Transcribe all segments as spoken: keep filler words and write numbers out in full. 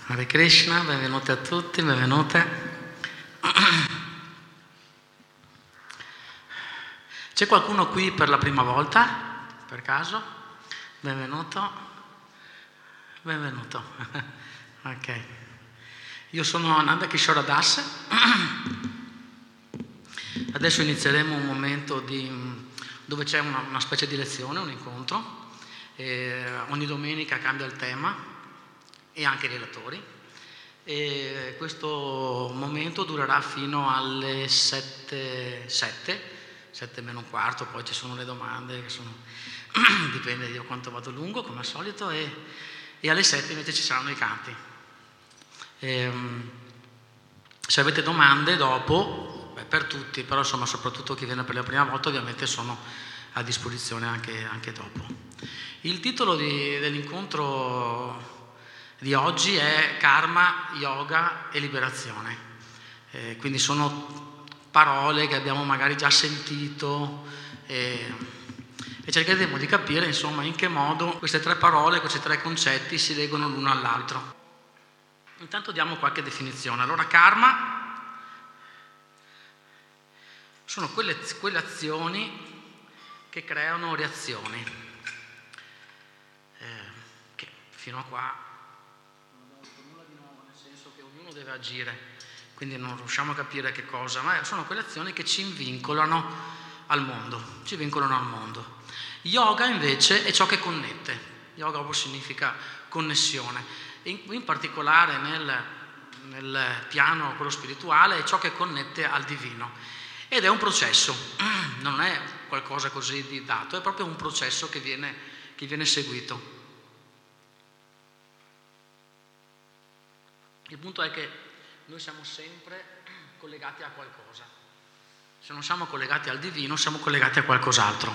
Hare Krishna, benvenuti a tutti, benvenute. C'è qualcuno qui per la prima volta, per caso? Benvenuto. Benvenuto. Ok. Io sono Nanda Kishora Das. Adesso inizieremo un momento di, dove c'è una, una specie di lezione, un incontro. E ogni domenica cambia il tema e anche i relatori. E questo momento durerà fino alle sette, sette, sette meno un quarto, poi ci sono le domande che sono dipende io quanto vado lungo come al solito, e, e alle sette invece ci saranno i canti. E, se avete domande dopo, beh, per tutti, però insomma soprattutto chi viene per la prima volta ovviamente sono a disposizione anche, anche dopo. Il titolo di, dell'incontro di oggi è Karma, Yoga e Liberazione. Eh, quindi sono parole che abbiamo magari già sentito e, e cercheremo di capire insomma in che modo queste tre parole, questi tre concetti si legano l'uno all'altro. Intanto diamo qualche definizione. Allora, karma sono quelle, quelle azioni che creano reazioni. Eh, che fino a qua deve agire, quindi non riusciamo a capire che cosa, ma sono quelle azioni che ci vincolano al mondo, ci vincolano al mondo. Yoga invece è ciò che connette. Yoga proprio significa connessione, e in, in particolare nel, nel piano quello spirituale è ciò che connette al divino, ed è un processo, non è qualcosa così di dato, è proprio un processo che viene, che viene seguito. Il punto è che noi siamo sempre collegati a qualcosa. Se non siamo collegati al divino, siamo collegati a qualcos'altro.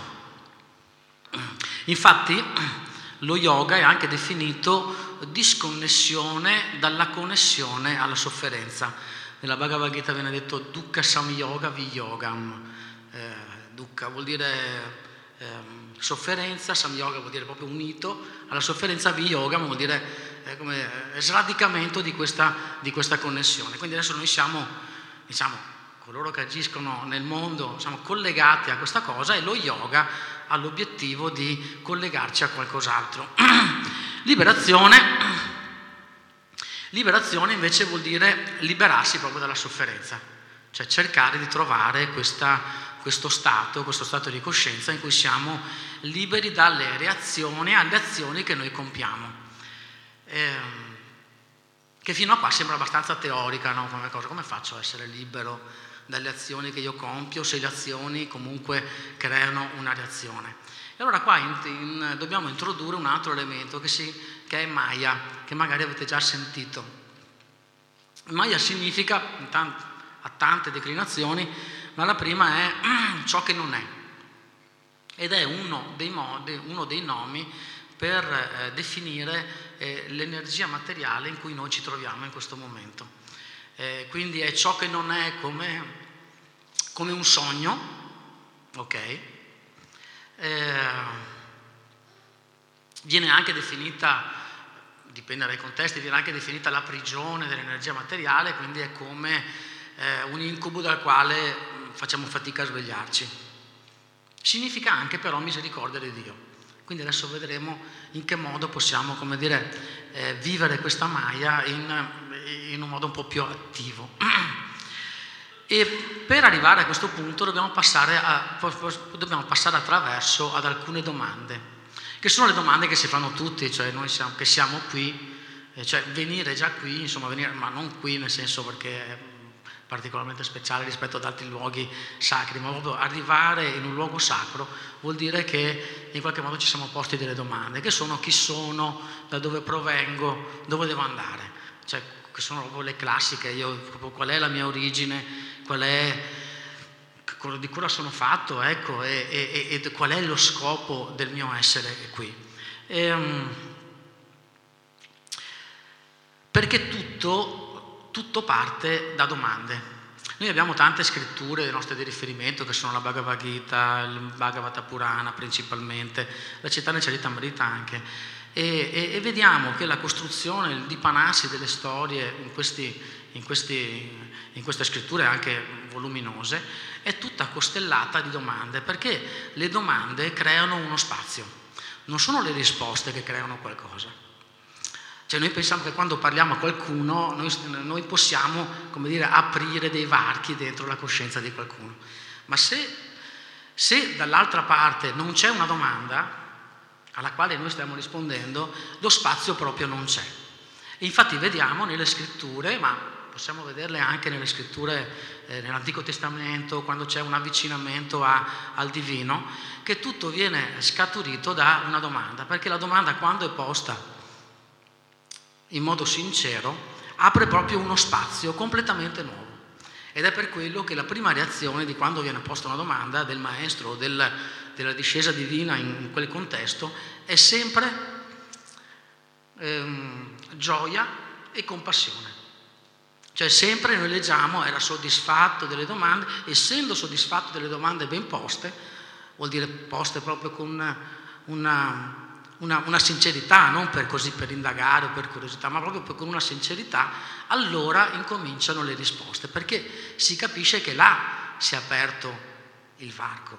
Infatti, lo yoga è anche definito disconnessione dalla connessione alla sofferenza. Nella Bhagavad Gita viene detto dukkha samyoga viyogam. Eh, dukkha vuol dire eh, sofferenza, samyoga vuol dire proprio unito alla sofferenza, viyogam vuol dire è come sradicamento di questa, di questa connessione. Quindi adesso noi siamo, diciamo, coloro che agiscono nel mondo, siamo collegati a questa cosa, e lo yoga ha l'obiettivo di collegarci a qualcos'altro. Liberazione, liberazione invece vuol dire liberarsi proprio dalla sofferenza, cioè cercare di trovare questa, questo stato, questo stato di coscienza in cui siamo liberi dalle reazioni alle azioni che noi compiamo. Eh, che fino a qua sembra abbastanza teorica, no? Come cosa, come faccio a essere libero dalle azioni che io compio se le azioni comunque creano una reazione? E allora qua in, in, dobbiamo introdurre un altro elemento che, si, che è Maya, che magari avete già sentito. Maya significa, ha tante declinazioni, ma la prima è ciò che non è, ed è uno dei, modi, uno dei nomi per eh, definire eh, l'energia materiale in cui noi ci troviamo in questo momento. Eh, quindi è ciò che non è come, come un sogno, ok? Eh, viene anche definita, dipende dai contesti, viene anche definita la prigione dell'energia materiale, quindi è come eh, un incubo dal quale facciamo fatica a svegliarci. Significa anche però misericordia di Dio. Quindi adesso vedremo in che modo possiamo, come dire, eh, vivere questa Maya in, in un modo un po' più attivo. E per arrivare a questo punto dobbiamo passare, a, dobbiamo passare attraverso ad alcune domande, che sono le domande che si fanno tutti, cioè noi siamo, che siamo qui, eh, cioè venire già qui, insomma venire, ma non qui nel senso perché è particolarmente speciale rispetto ad altri luoghi sacri, ma proprio arrivare in un luogo sacro vuol dire che in qualche modo ci siamo posti delle domande, che sono: chi sono, da dove provengo, dove devo andare, cioè che sono proprio le classiche, io proprio qual è la mia origine, qual è, di cosa sono fatto, ecco, e, e, e qual è lo scopo del mio essere qui. E, um, perché tutto Tutto parte da domande. Noi abbiamo tante scritture, le nostre di riferimento, che sono la Bhagavad Gita, il Bhagavata Purana principalmente, la Chaitanya Charitamrita anche, E, e, e vediamo che la costruzione, il dipanarsi delle storie in, questi, in, questi, in queste scritture anche voluminose è tutta costellata di domande, perché le domande creano uno spazio, non sono le risposte che creano qualcosa. Cioè noi pensiamo che quando parliamo a qualcuno noi, noi possiamo, come dire, aprire dei varchi dentro la coscienza di qualcuno, ma se, se dall'altra parte non c'è una domanda alla quale noi stiamo rispondendo, lo spazio proprio non c'è. E infatti vediamo nelle scritture, ma possiamo vederle anche nelle scritture eh, nell'Antico Testamento, quando c'è un avvicinamento a, al divino, che tutto viene scaturito da una domanda, perché la domanda, quando è posta in modo sincero, apre proprio uno spazio completamente nuovo. Ed è per quello che la prima reazione di quando viene posta una domanda del maestro o del, della discesa divina in, in quel contesto è sempre ehm, gioia e compassione. Cioè sempre noi leggiamo era soddisfatto delle domande, essendo soddisfatto delle domande ben poste, vuol dire poste proprio con una, una, una, una sincerità, non per così per indagare o per curiosità, ma proprio per, con una sincerità, allora incominciano le risposte, perché si capisce che là si è aperto il varco,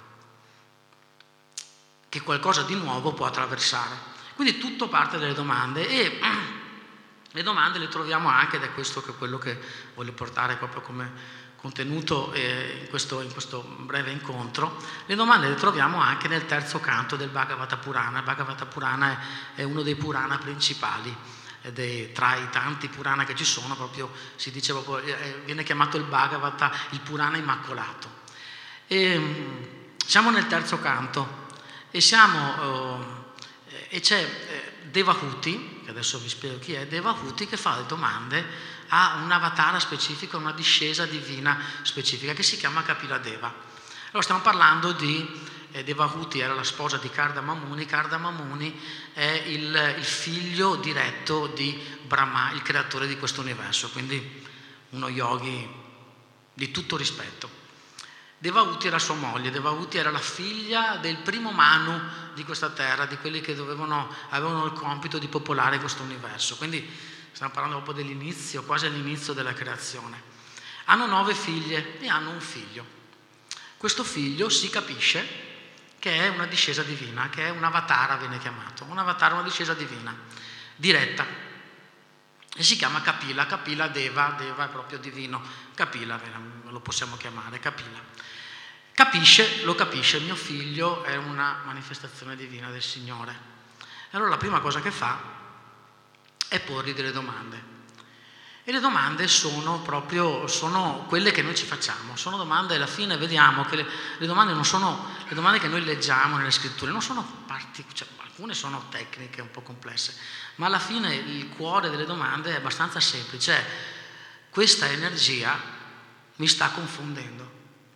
che qualcosa di nuovo può attraversare. Quindi tutto parte dalle domande e le domande le troviamo anche, ed è questo che quello che voglio portare proprio come contenuto eh, in, questo, in questo breve incontro. Le domande le troviamo anche nel terzo canto del Bhagavata Purana. Il Bhagavata Purana è, è uno dei Purana principali, ed è, tra i tanti Purana che ci sono, proprio si dice proprio, eh, viene chiamato il Bhagavata, il Purana immacolato. E, siamo nel terzo canto e siamo eh, e c'è eh, Devahuti, che adesso vi spiego chi è, Devahuti, che fa le domande a un avatara specifico, una discesa divina specifica che si chiama Kapila Deva. Allora stiamo parlando di eh, Devahuti, era la sposa di Kardama Muni. Kardama Muni è il, il figlio diretto di Brahma, il creatore di questo universo, quindi uno yogi di tutto rispetto. Devahuti era sua moglie, Devahuti era la figlia del primo Manu di questa terra, di quelli che dovevano, avevano il compito di popolare questo universo. Quindi stiamo parlando proprio dell'inizio, quasi all'inizio della creazione. Hanno nove figlie e hanno un figlio. Questo figlio si capisce che è una discesa divina, che è un avatara, viene chiamato. Un avatara, una discesa divina, diretta. E si chiama Kapila, Kapila Deva, Deva è proprio divino. Kapila, lo possiamo chiamare, Kapila. Capisce, lo capisce, mio figlio è una manifestazione divina del Signore. E allora la prima cosa che fa è porgli delle domande. E le domande sono proprio sono quelle che noi ci facciamo, sono domande, alla fine vediamo che le, le domande non sono le domande che noi leggiamo nelle scritture, non sono parti, cioè, alcune sono tecniche un po' complesse, ma alla fine il cuore delle domande è abbastanza semplice, è: questa energia mi sta confondendo.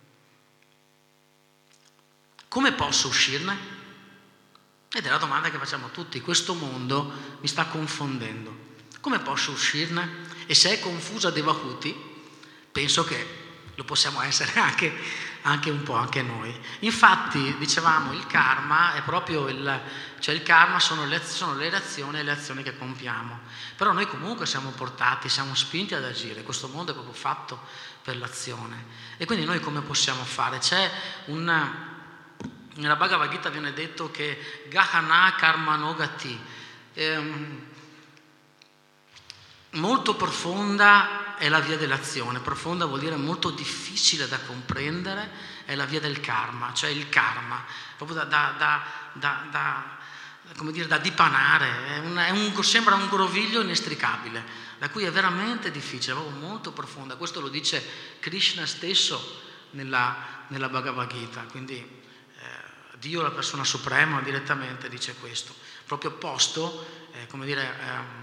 Come posso uscirne? Ed è la domanda che facciamo tutti: questo mondo mi sta confondendo, come posso uscirne? E se è confusa Devahuti, penso che lo possiamo essere anche, anche un po' anche noi. Infatti, dicevamo, il karma è proprio il, cioè il karma sono le, sono le reazioni e le azioni che compiamo. Però noi comunque siamo portati, siamo spinti ad agire. Questo mondo è proprio fatto per l'azione. E quindi noi come possiamo fare? C'è un, nella Bhagavad Gita viene detto che Gahana Karmano Gati, ehm, molto profonda è la via dell'azione. Profonda vuol dire molto difficile da comprendere, è la via del karma, cioè il karma, proprio da, da, da, da, da, come dire, da dipanare, è un, è un, sembra un groviglio inestricabile, da cui è veramente difficile, è proprio molto profonda. Questo lo dice Krishna stesso nella, nella Bhagavad Gita, quindi eh, Dio, la persona suprema, direttamente dice questo, proprio posto, eh, come dire, eh,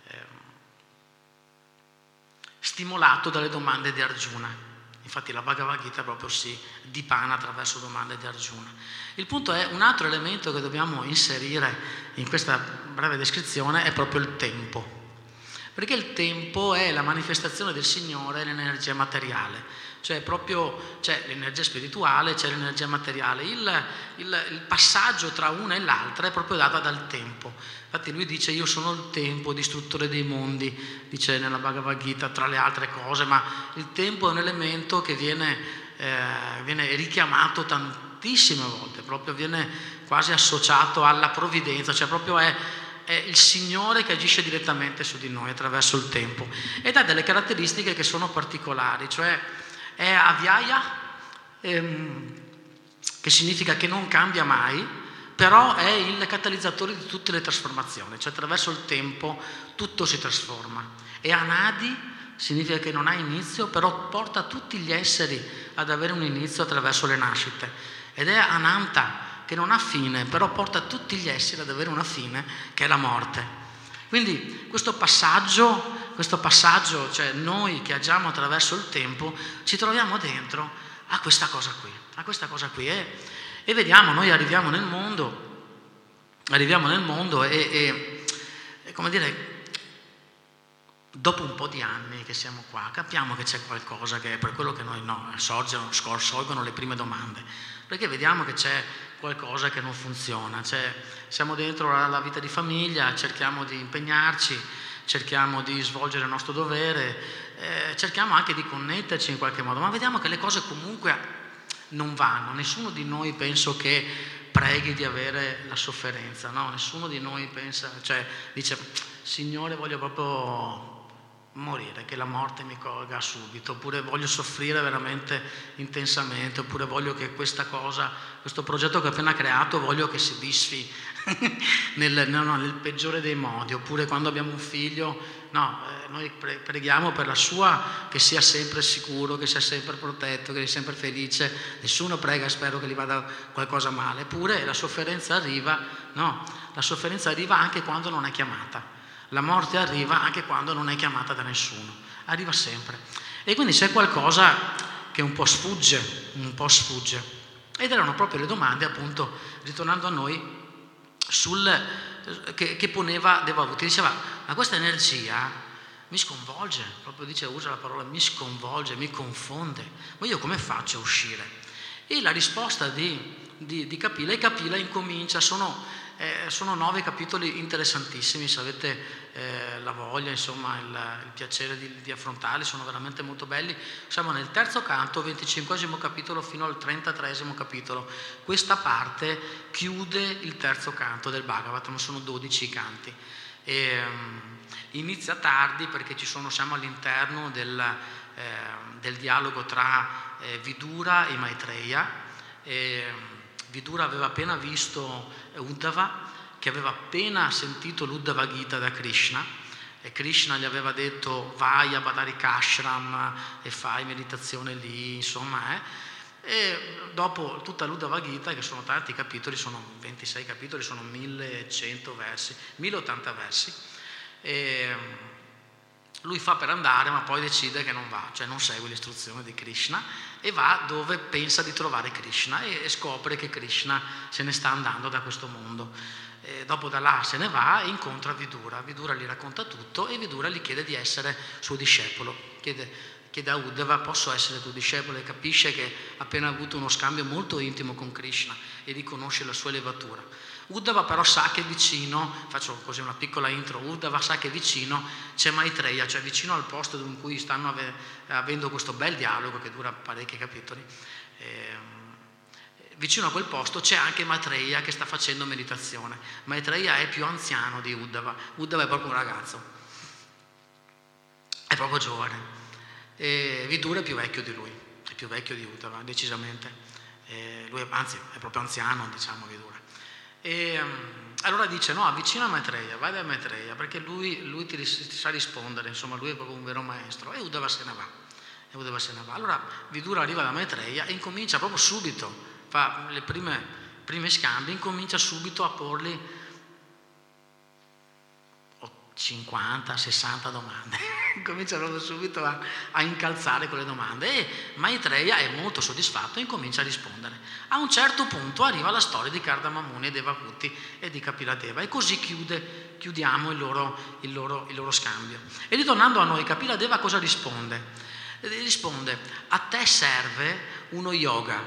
stimolato dalle domande di Arjuna. Infatti la Bhagavad Gita proprio si dipana attraverso domande di Arjuna. Il punto è, un altro elemento che dobbiamo inserire in questa breve descrizione è proprio il tempo, Perché il tempo è la manifestazione del Signore nell'energia materiale, cioè proprio c'è l'energia spirituale, c'è l'energia materiale. Il, il, il passaggio tra una e l'altra è proprio data dal tempo. Infatti lui dice: io sono il tempo, distruttore dei mondi, dice nella Bhagavad Gita, tra le altre cose, ma il tempo è un elemento che viene, eh, viene richiamato tantissime volte, proprio viene quasi associato alla provvidenza, cioè proprio è è il Signore che agisce direttamente su di noi attraverso il tempo, ed ha delle caratteristiche che sono particolari, cioè è avyaya, ehm, che significa che non cambia mai, però è il catalizzatore di tutte le trasformazioni, cioè attraverso il tempo tutto si trasforma. E anadi significa che non ha inizio, però porta tutti gli esseri ad avere un inizio attraverso le nascite, ed è ananta, che non ha fine, però porta tutti gli esseri ad avere una fine, che è la morte. Quindi questo passaggio, questo passaggio, cioè noi che agiamo attraverso il tempo, ci troviamo dentro a questa cosa qui, a questa cosa qui, e, e vediamo, noi arriviamo nel mondo, arriviamo nel mondo e, e, e come dire, dopo un po' di anni che siamo qua, capiamo che c'è qualcosa che è per quello che noi no, sorgono, sorgono le prime domande, perché vediamo che c'è qualcosa che non funziona, cioè siamo dentro la vita di famiglia, cerchiamo di impegnarci, cerchiamo di svolgere il nostro dovere, eh, cerchiamo anche di connetterci in qualche modo, ma vediamo che le cose comunque non vanno. Nessuno di noi penso che preghi di avere la sofferenza, no? Nessuno di noi pensa, cioè dice: Signore, voglio proprio morire, che la morte mi colga subito, oppure voglio soffrire veramente intensamente, oppure voglio che questa cosa, questo progetto che ho appena creato, voglio che si disfi nel, no, no, nel peggiore dei modi, oppure quando abbiamo un figlio, no, eh, noi pre- preghiamo per la sua, che sia sempre sicuro, che sia sempre protetto, che sia sempre felice. Nessuno prega, spero che gli vada qualcosa male. Eppure la sofferenza arriva, no, la sofferenza arriva anche quando non è chiamata. La morte arriva anche quando non è chiamata da nessuno, arriva sempre. E quindi c'è qualcosa che un po' sfugge, un po' sfugge. Ed erano proprio le domande, appunto, ritornando a noi, sul, che, che poneva Devahuti. Diceva: ma questa energia mi sconvolge, proprio dice, usa la parola, mi sconvolge, mi confonde, ma io come faccio a uscire? E la risposta di, di, di Kapila, e Kapila incomincia, sono... Eh, sono nove capitoli interessantissimi, se avete eh, la voglia, insomma, il, il piacere di, di affrontarli, sono veramente molto belli. Siamo nel terzo canto, venticinquesimo capitolo fino al trentatreesimo capitolo. Questa parte chiude il terzo canto del Bhagavatam, sono dodici canti. E, um, inizia tardi perché ci sono, siamo all'interno del, eh, del dialogo tra eh, Vidura e Maitreya. E, Vidura aveva appena visto Uddhava, che aveva appena sentito l'Uddhava Gita da Krishna, e Krishna gli aveva detto: vai a Badarikashram e fai meditazione lì, insomma. Eh. E dopo tutta l'Uddhava Gita, che sono tanti capitoli, sono ventisei capitoli, sono millecento versi, mille ottanta versi, e lui fa per andare, ma poi decide che non va, cioè non segue l'istruzione di Krishna e va dove pensa di trovare Krishna, e scopre che Krishna se ne sta andando da questo mondo. E dopo da là se ne va e incontra Vidura. Vidura gli racconta tutto e Vidura gli chiede di essere suo discepolo. Chiede, chiede a Uddhava: posso essere tuo discepolo? E capisce che ha appena avuto uno scambio molto intimo con Krishna e riconosce la sua elevatura. Uddhava però sa che vicino, faccio così una piccola intro, Uddhava sa che vicino c'è Maitreya, cioè vicino al posto in cui stanno ave, avendo questo bel dialogo che dura parecchi capitoli, eh, vicino a quel posto c'è anche Maitreya che sta facendo meditazione. Maitreya è più anziano di Uddhava, Uddhava è proprio un ragazzo, è proprio giovane, e Vidura è più vecchio di lui, è più vecchio di Uddhava, decisamente, e lui è, anzi è proprio anziano, diciamo, Vidura. E um, allora dice: no, avvicina a Maitreya, vai da Maitreya, perché lui, lui ti, ti sa rispondere, insomma, lui è proprio un vero maestro. E Uddhava se ne va, e Uddhava se ne va. Allora Vidura arriva da Maitreya e incomincia proprio subito, fa le prime, prime scambi, incomincia subito a porgli cinquanta, sessanta domande. Comincia proprio subito a, a incalzare con le domande e Maitreya è molto soddisfatto e incomincia a rispondere. A un certo punto arriva la storia di Kardama Muni e Devahuti e di Kapila Deva e così chiude, chiudiamo il loro, il, loro, il loro scambio. E ritornando a noi, Kapila Deva cosa risponde? Risponde: a te serve uno yoga,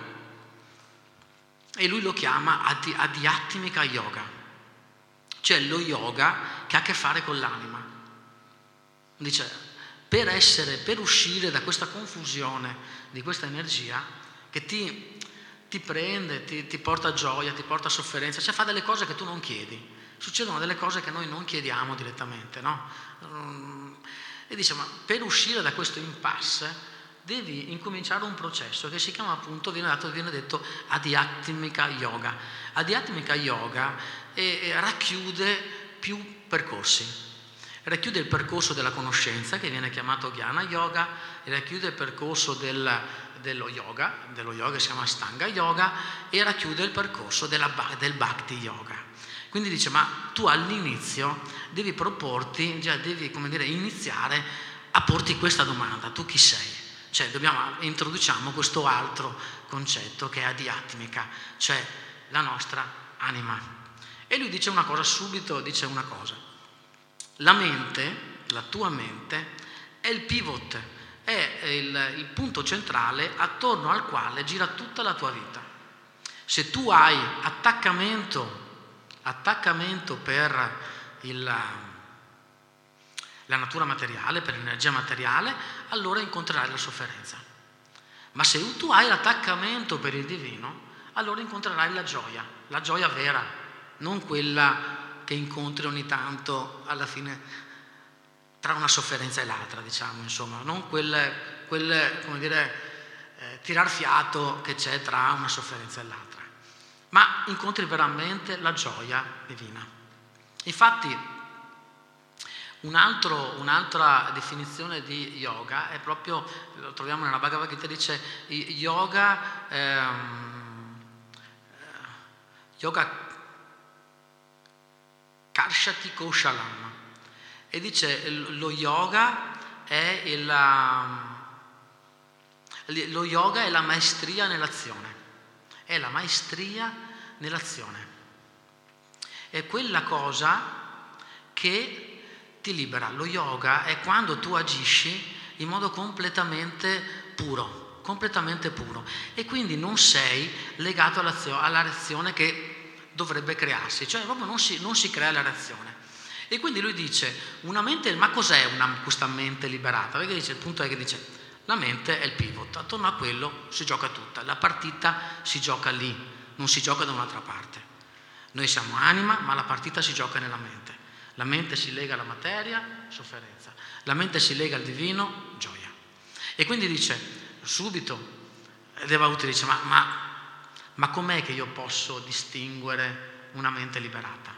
e lui lo chiama Adi- Adhyatmika Yoga, cioè lo yoga che ha a che fare con l'anima. Dice, per essere, per uscire da questa confusione, di questa energia che ti, ti prende, ti, ti porta gioia, ti porta sofferenza, cioè fa delle cose che tu non chiedi, succedono delle cose che noi non chiediamo direttamente, no? E dice, ma per uscire da questo impasse devi incominciare un processo che si chiama appunto, viene, dato, viene detto Adhyatmika Yoga. Adhyatmika Yoga e, e racchiude più percorsi. Racchiude il percorso della conoscenza, che viene chiamato Jnana Yoga, e racchiude il percorso del, dello yoga, dello yoga che si chiama Ashtanga Yoga, e racchiude il percorso della, del Bhakti Yoga. Quindi dice, ma tu all'inizio devi proporti, cioè devi, come dire, iniziare a porti questa domanda: tu chi sei? Cioè dobbiamo, introduciamo questo altro concetto che è Adhyatmika, cioè la nostra anima. E lui dice una cosa subito, dice una cosa: la mente, la tua mente, è il pivot, è il, il punto centrale attorno al quale gira tutta la tua vita. Se tu hai attaccamento, attaccamento per il, la natura materiale, per l'energia materiale, allora incontrerai la sofferenza. Ma se tu hai l'attaccamento per il divino, allora incontrerai la gioia, la gioia vera, non quella che incontri ogni tanto alla fine tra una sofferenza e l'altra, diciamo, insomma, non quel, quel come dire, eh, tirar fiato che c'è tra una sofferenza e l'altra, ma incontri veramente la gioia divina. Infatti, un altro, un'altra definizione di yoga è proprio, lo troviamo nella Bhagavad Gita, dice yoga, ehm, yoga Karshati Kaushalam, e dice lo yoga è il, lo yoga è la maestria nell'azione, è la maestria nell'azione, è quella cosa che ti libera. Lo yoga è quando tu agisci in modo completamente puro, completamente puro, e quindi non sei legato alla reazione che dovrebbe crearsi, cioè proprio non si, non si crea la reazione. E quindi lui dice, una mente, ma cos'è una, questa mente liberata? Perché dice, il punto è che dice, la mente è il pivot, attorno a quello si gioca tutta, la partita si gioca lì, non si gioca da un'altra parte. Noi siamo anima, ma la partita si gioca nella mente. La mente si lega alla materia, sofferenza. La mente si lega al divino, gioia. E quindi dice, subito, Devahuti dice, ma, ma Ma com'è che io posso distinguere una mente liberata?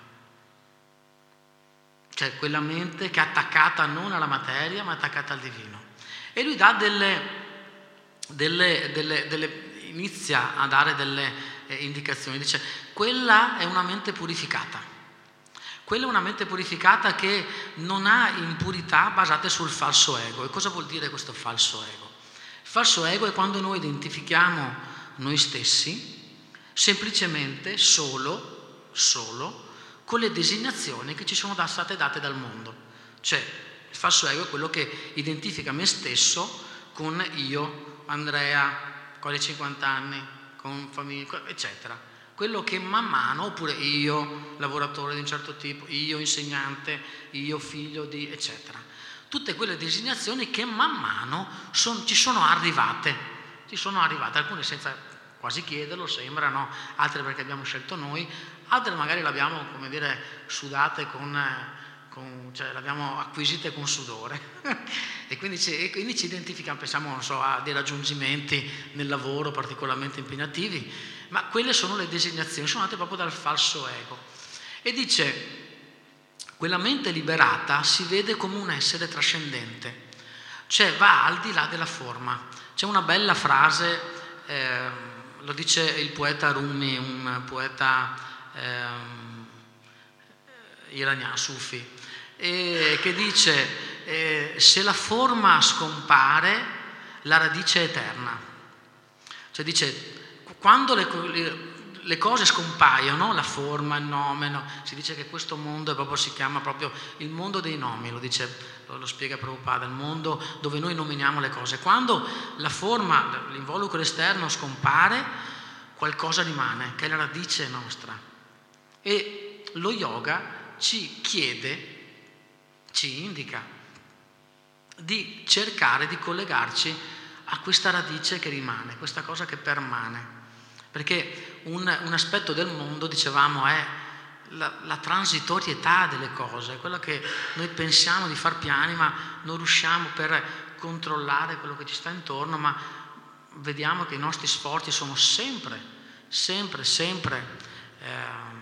Cioè quella mente che è attaccata non alla materia, ma è attaccata al divino. E lui dà delle, delle, delle, delle inizia a dare delle eh, indicazioni. Dice, quella è una mente purificata. Quella è una mente purificata che non ha impurità basate sul falso ego. E cosa vuol dire questo falso ego? Il falso ego è quando noi identifichiamo noi stessi semplicemente solo, solo con le designazioni che ci sono state date dal mondo. Cioè il falso ego è quello che identifica me stesso con io, Andrea, con i cinquanta anni, con famiglia, eccetera. Quello che man mano, oppure io, lavoratore di un certo tipo, io insegnante, io figlio di, eccetera. Tutte quelle designazioni che man mano son, ci sono arrivate, ci sono arrivate, alcune senza quasi chiederlo, sembrano, altre perché abbiamo scelto noi, altre magari l'abbiamo, come dire, sudate con, con cioè l'abbiamo acquisite con sudore e, quindi ci, e quindi ci identifichiamo, pensiamo, non so, a dei raggiungimenti nel lavoro particolarmente impegnativi, ma quelle sono le designazioni, sono nate proprio dal falso ego. E dice, quella mente liberata si vede come un essere trascendente, cioè va al di là della forma. C'è una bella frase, eh, lo dice il poeta Rumi, un poeta eh, iraniano, sufi, eh, che dice eh, se la forma scompare, la radice è eterna. Cioè dice, quando le, le le cose scompaiono, la forma, il nome, no? Si dice che questo mondo è proprio, si chiama proprio il mondo dei nomi, lo dice, lo, lo spiega Prabhupada, il mondo dove noi nominiamo le cose. Quando la forma, l'involucro esterno scompare, qualcosa rimane, che è la radice nostra. E lo yoga ci chiede, ci indica di cercare di collegarci a questa radice che rimane, questa cosa che permane. Perché un, un aspetto del mondo, dicevamo, è la, la transitorietà delle cose, quello che noi pensiamo di far piani, ma non riusciamo per controllare quello che ci sta intorno, ma vediamo che i nostri sforzi sono sempre, sempre, sempre eh,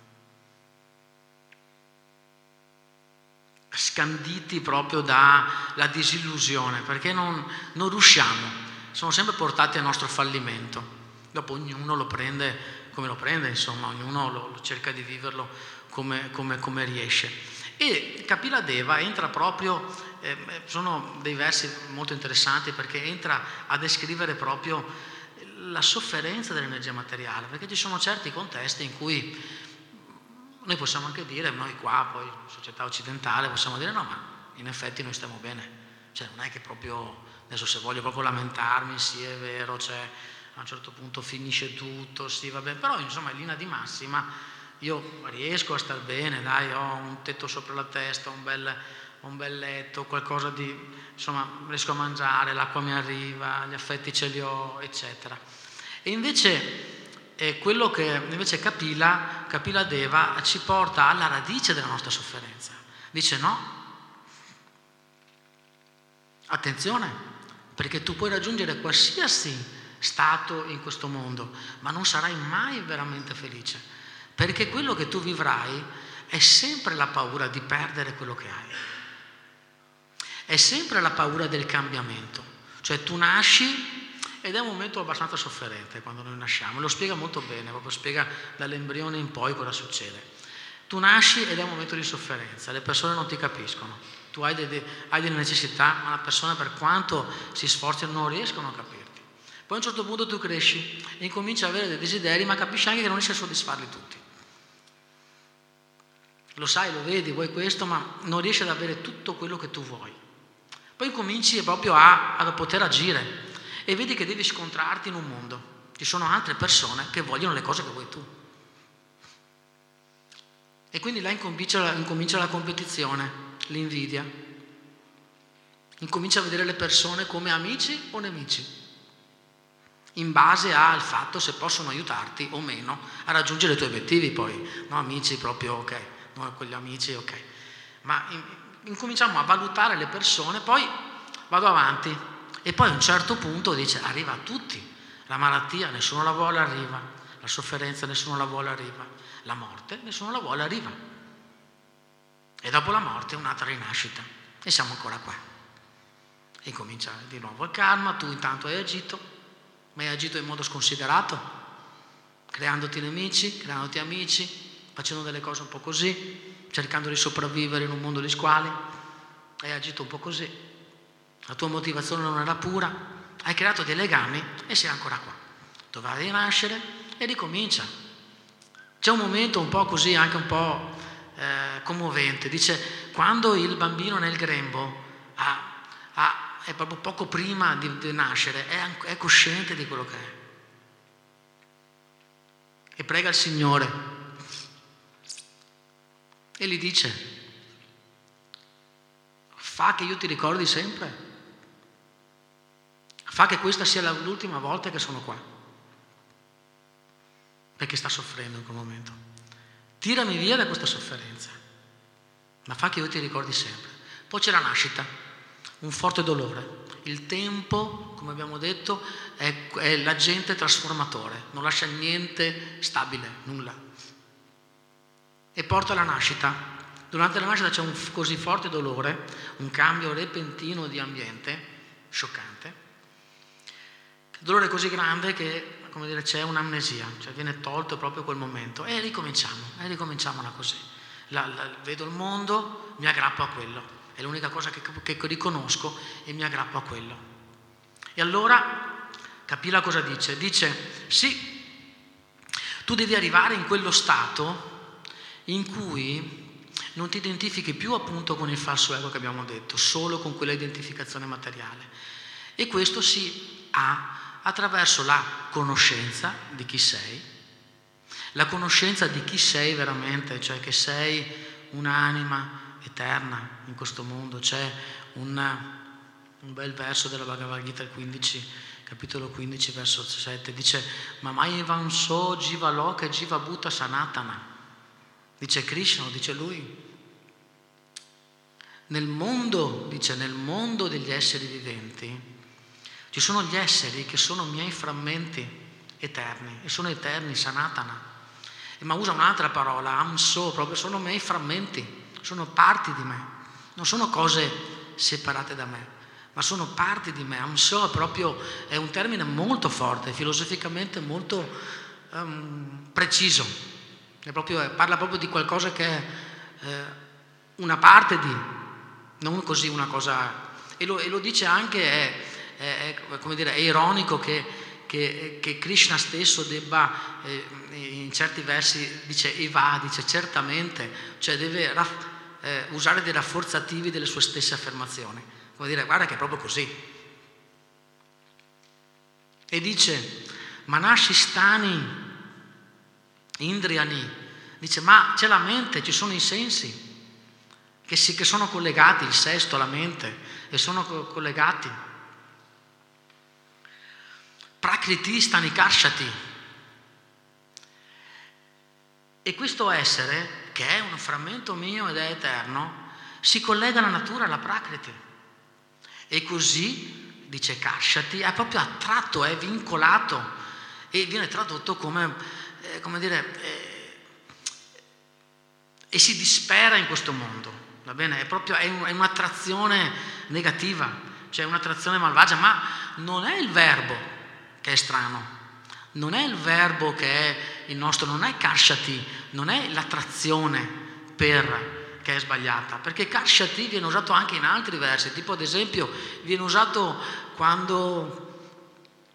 scanditi proprio dalla disillusione, perché non, non riusciamo, sono sempre portati al nostro fallimento. Dopo ognuno lo prende come lo prende, insomma, ognuno lo, lo cerca di viverlo come, come, come riesce. E Kapila Deva entra proprio, eh, sono dei versi molto interessanti perché entra a descrivere proprio la sofferenza dell'energia materiale, perché ci sono certi contesti in cui noi possiamo anche dire, noi qua, poi società occidentale, possiamo dire no, ma in effetti noi stiamo bene, cioè non è che proprio, adesso se voglio proprio lamentarmi, sì è vero, cioè a un certo punto finisce tutto, sì va bene, però insomma in linea di massima io riesco a star bene, dai, ho un tetto sopra la testa, un bel, un bel letto, qualcosa di, insomma riesco a mangiare, l'acqua mi arriva, gli affetti ce li ho, eccetera. E invece eh, quello che invece Kapila, Kapila Deva ci porta alla radice della nostra sofferenza, dice no, attenzione, perché tu puoi raggiungere qualsiasi stato in questo mondo, ma non sarai mai veramente felice, perché quello che tu vivrai è sempre la paura di perdere quello che hai, è sempre la paura del cambiamento. Cioè tu nasci ed è un momento abbastanza sofferente quando noi nasciamo, lo spiega molto bene, proprio spiega dall'embrione in poi cosa succede. Tu nasci ed è un momento di sofferenza, le persone non ti capiscono, tu hai delle, hai delle necessità, ma le persone per quanto si sforzano non riescono a capirti. Poi a un certo punto tu cresci e incominci a avere dei desideri, ma capisci anche che non riesci a soddisfarli tutti. Lo sai, lo vedi, vuoi questo, ma non riesci ad avere tutto quello che tu vuoi. Poi cominci proprio a, a poter agire e vedi che devi scontrarti in un mondo. Ci sono altre persone che vogliono le cose che vuoi tu. E quindi là incomincia, incomincia la competizione, l'invidia. Incomincia a vedere le persone come amici o nemici, in base al fatto se possono aiutarti o meno a raggiungere i tuoi obiettivi. Poi, no, amici proprio ok, no, quegli amici ok, ma in, incominciamo a valutare le persone, poi vado avanti e poi a un certo punto dice arriva a tutti, la malattia nessuno la vuole, arriva, la sofferenza nessuno la vuole, arriva, la morte nessuno la vuole, arriva, e dopo la morte un'altra rinascita e siamo ancora qua e comincia di nuovo il karma. Tu intanto hai agito, ma hai agito in modo sconsiderato, creandoti nemici, creandoti amici, facendo delle cose un po' così, cercando di sopravvivere in un mondo di squali, hai agito un po' così, la tua motivazione non era pura, hai creato dei legami e sei ancora qua. Dovrai rinascere e ricomincia. C'è un momento un po' così, anche un po' eh, commovente, dice quando il bambino nel grembo ha, ha è proprio poco prima di, di nascere, è, è cosciente di quello che è. E prega il Signore. E gli dice, fa che io ti ricordi sempre. Fa che questa sia l'ultima volta che sono qua. Perché sta soffrendo in quel momento. Tirami via da questa sofferenza. Ma fa che io ti ricordi sempre. Poi c'è la nascita. Un forte dolore. Il tempo, come abbiamo detto, è, è l'agente trasformatore, non lascia niente stabile, nulla. E porta alla nascita. Durante la nascita c'è un così forte dolore, un cambio repentino di ambiente, scioccante, dolore così grande che, come dire, c'è un'amnesia, cioè viene tolto proprio quel momento e ricominciamo, e ricominciamola così. la, la, vedo il mondo, mi aggrappo a quello, è l'unica cosa che, che riconosco e mi aggrappo a quello. E allora Kapila cosa dice? Dice sì, tu devi arrivare in quello stato in cui non ti identifichi più appunto con il falso ego che abbiamo detto, solo con quella identificazione materiale, e questo si ha attraverso la conoscenza di chi sei, la conoscenza di chi sei veramente, cioè che sei un'anima eterna in questo mondo. C'è una, un bel verso della Bhagavad Gita, il quindici, capitolo quindici, verso sette, dice Mamai Vanso Jiva Loka Jiva Bhuta Sanatana. Dice Krishna, dice lui, nel mondo, dice, nel mondo degli esseri viventi ci sono gli esseri che sono miei frammenti eterni, e sono eterni, Sanatana. Ma usa un'altra parola, Amso, proprio sono miei frammenti, sono parti di me, non sono cose separate da me, ma sono parti di me. Amso è proprio, è un termine molto forte, filosoficamente molto um, preciso, è proprio, parla proprio di qualcosa che è eh, una parte di, non così una cosa, e lo, e lo dice anche, è, è, è, come dire, è ironico che Che, che Krishna stesso debba, eh, in certi versi dice Eva, dice certamente, cioè deve raff, eh, usare dei rafforzativi delle sue stesse affermazioni, come dire, guarda che è proprio così. E dice Manashistani Indriani, dice ma c'è la mente, ci sono i sensi che, si, che sono collegati, il sesto, la mente, e sono co- collegati. Prakriti stani karshati, e questo essere che è un frammento mio ed è eterno si collega alla natura, alla prakriti, e così dice karshati, è proprio attratto, è vincolato, e viene tradotto come, eh, come dire, eh, e si dispera in questo mondo, va bene? È proprio è, un, è un'attrazione negativa, cioè un'attrazione malvagia, ma non è il verbo che è strano, non è il verbo che è il nostro, non è karshati, non è l'attrazione per che è sbagliata, perché karshati viene usato anche in altri versi, tipo ad esempio viene usato quando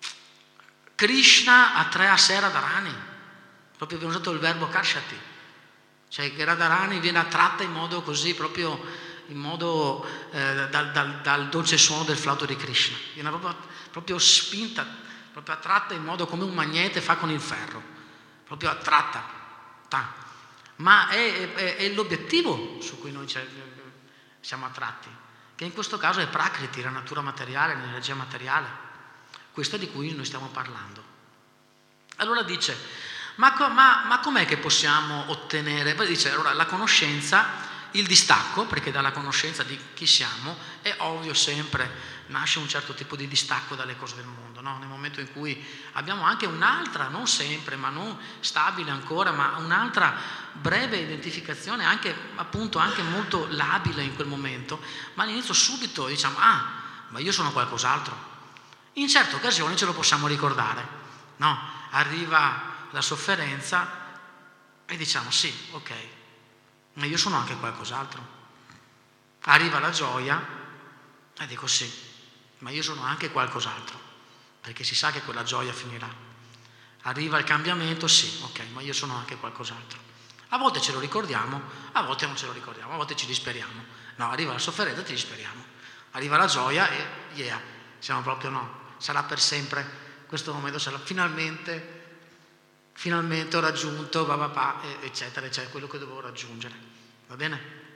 Krishna attrae a sé Radharani, proprio viene usato il verbo karshati, cioè che Radharani viene attratta in modo così, proprio in modo eh, dal, dal, dal dolce suono del flauto di Krishna, viene proprio, proprio spinta, proprio attratta in modo come un magnete fa con il ferro, proprio attratta, ta. Ma è, è, è l'obiettivo su cui noi siamo attratti, che in questo caso è Prakriti, la natura materiale, l'energia materiale, questo è di cui noi stiamo parlando. Allora dice, ma, ma, ma com'è che possiamo ottenere? Poi dice, allora la conoscenza, il distacco, perché dalla conoscenza di chi siamo è ovvio sempre nasce un certo tipo di distacco dalle cose del mondo, no? Nel momento in cui abbiamo anche un'altra, non sempre, ma non stabile ancora, ma un'altra breve identificazione, anche appunto anche molto labile in quel momento, ma all'inizio subito diciamo, ah, ma io sono qualcos'altro. In certe occasioni ce lo possiamo ricordare, no? Arriva la sofferenza e diciamo sì, ok, ma io sono anche qualcos'altro. Arriva la gioia e dico sì, ma io sono anche qualcos'altro, perché si sa che quella gioia finirà. Arriva il cambiamento, sì, ok, ma io sono anche qualcos'altro. A volte ce lo ricordiamo, a volte non ce lo ricordiamo, a volte ci disperiamo. No, arriva la sofferenza, ci disperiamo. Arriva la gioia e yeah, siamo proprio no, sarà per sempre, questo momento sarà finalmente... finalmente ho raggiunto, va, va, va, eccetera, eccetera, quello che dovevo raggiungere, va bene?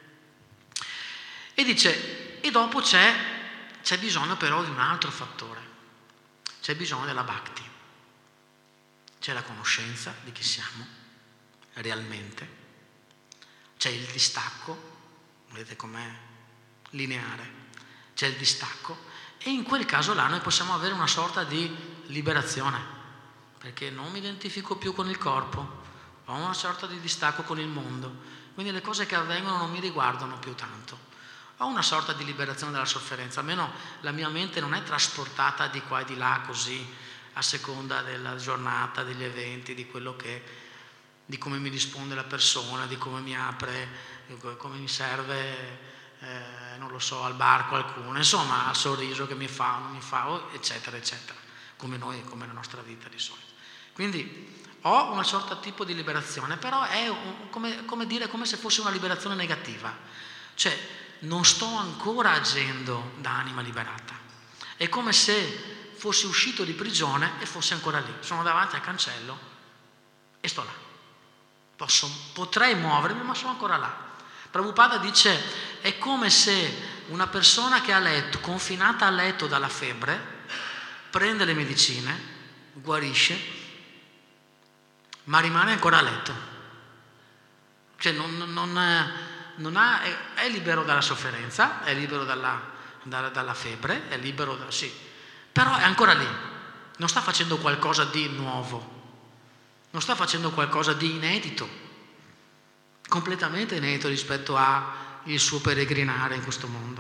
E dice, e dopo c'è, c'è bisogno però di un altro fattore, c'è bisogno della bhakti, c'è la conoscenza di chi siamo realmente, c'è il distacco, vedete com'è lineare, c'è il distacco, e in quel caso là noi possiamo avere una sorta di liberazione, perché non mi identifico più con il corpo, ho una sorta di distacco con il mondo, quindi le cose che avvengono non mi riguardano più tanto, ho una sorta di liberazione dalla sofferenza, almeno la mia mente non è trasportata di qua e di là così, a seconda della giornata, degli eventi, di quello che di come mi risponde la persona, di come mi apre, come mi serve, eh, non lo so, al bar qualcuno, insomma, al sorriso che mi fa o non mi fa, eccetera, eccetera, come noi, come la nostra vita di solito. Quindi ho una sorta tipo di liberazione, però è un, come, come dire, come se fosse una liberazione negativa, cioè non sto ancora agendo da anima liberata, è come se fossi uscito di prigione e fossi ancora lì, sono davanti al cancello e sto là. Posso, potrei muovermi, ma sono ancora là. Prabhupada dice: è come se una persona che è a letto, confinata a letto dalla febbre, prende le medicine, guarisce, ma rimane ancora a letto. Cioè non, non, non ha, è, è libero dalla sofferenza, è libero dalla, dalla, dalla febbre, è libero da, sì, però è ancora lì, non sta facendo qualcosa di nuovo. Non sta facendo qualcosa di inedito, completamente inedito rispetto al suo peregrinare in questo mondo.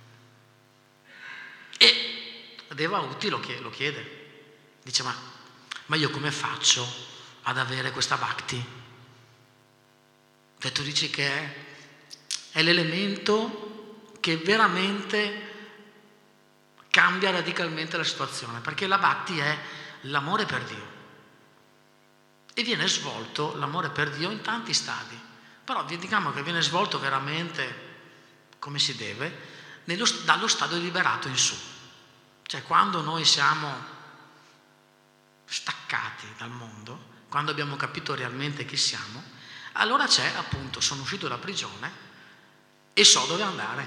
E Devauti lo chiede, dice: ma, ma io come faccio ad avere questa bhakti? E tu dici che è, è l'elemento che veramente cambia radicalmente la situazione, perché la bhakti è l'amore per Dio. E viene svolto l'amore per Dio in tanti stadi, però diciamo che viene svolto veramente come si deve nello, dallo stadio liberato in su. Cioè quando noi siamo staccati dal mondo, quando abbiamo capito realmente chi siamo, allora c'è appunto: sono uscito dalla prigione e so dove andare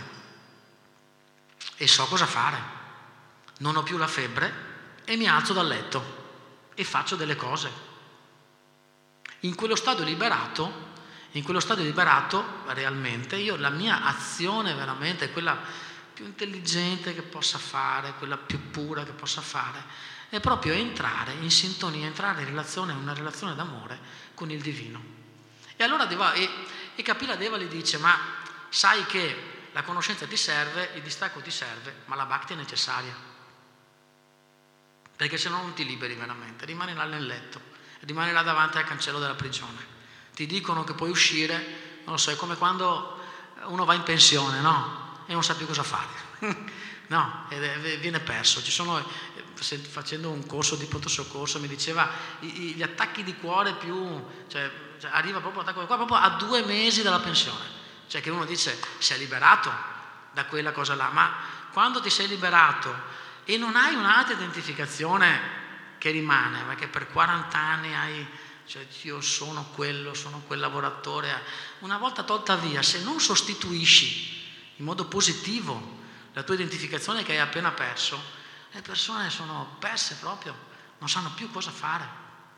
e so cosa fare, non ho più la febbre e mi alzo dal letto e faccio delle cose. In quello stadio liberato, in quello stadio liberato realmente io, la mia azione veramente è quella più intelligente che possa fare, quella più pura che possa fare, è proprio entrare in sintonia, entrare in relazione, in una relazione d'amore con il divino. E allora Deva, e, e Kapila Deva gli dice: ma sai che la conoscenza ti serve, il distacco ti serve, ma la bhakti è necessaria, perché se no non ti liberi veramente, rimani là nel letto, rimani là davanti al cancello della prigione, ti dicono che puoi uscire, non lo so, è come quando uno va in pensione, no? E non sa più cosa fare, no? E viene perso. Ci sono, facendo un corso di pronto soccorso, mi diceva gli attacchi di cuore più, cioè, cioè arriva proprio l'attacco di cuore proprio a due mesi dalla pensione, cioè che uno dice: sei liberato da quella cosa là, ma quando ti sei liberato e non hai un'altra identificazione che rimane, perché per quaranta anni hai, cioè io sono quello, sono quel lavoratore, una volta tolta via, se non sostituisci in modo positivo la tua identificazione che hai appena perso, le persone sono perse proprio, non sanno più cosa fare.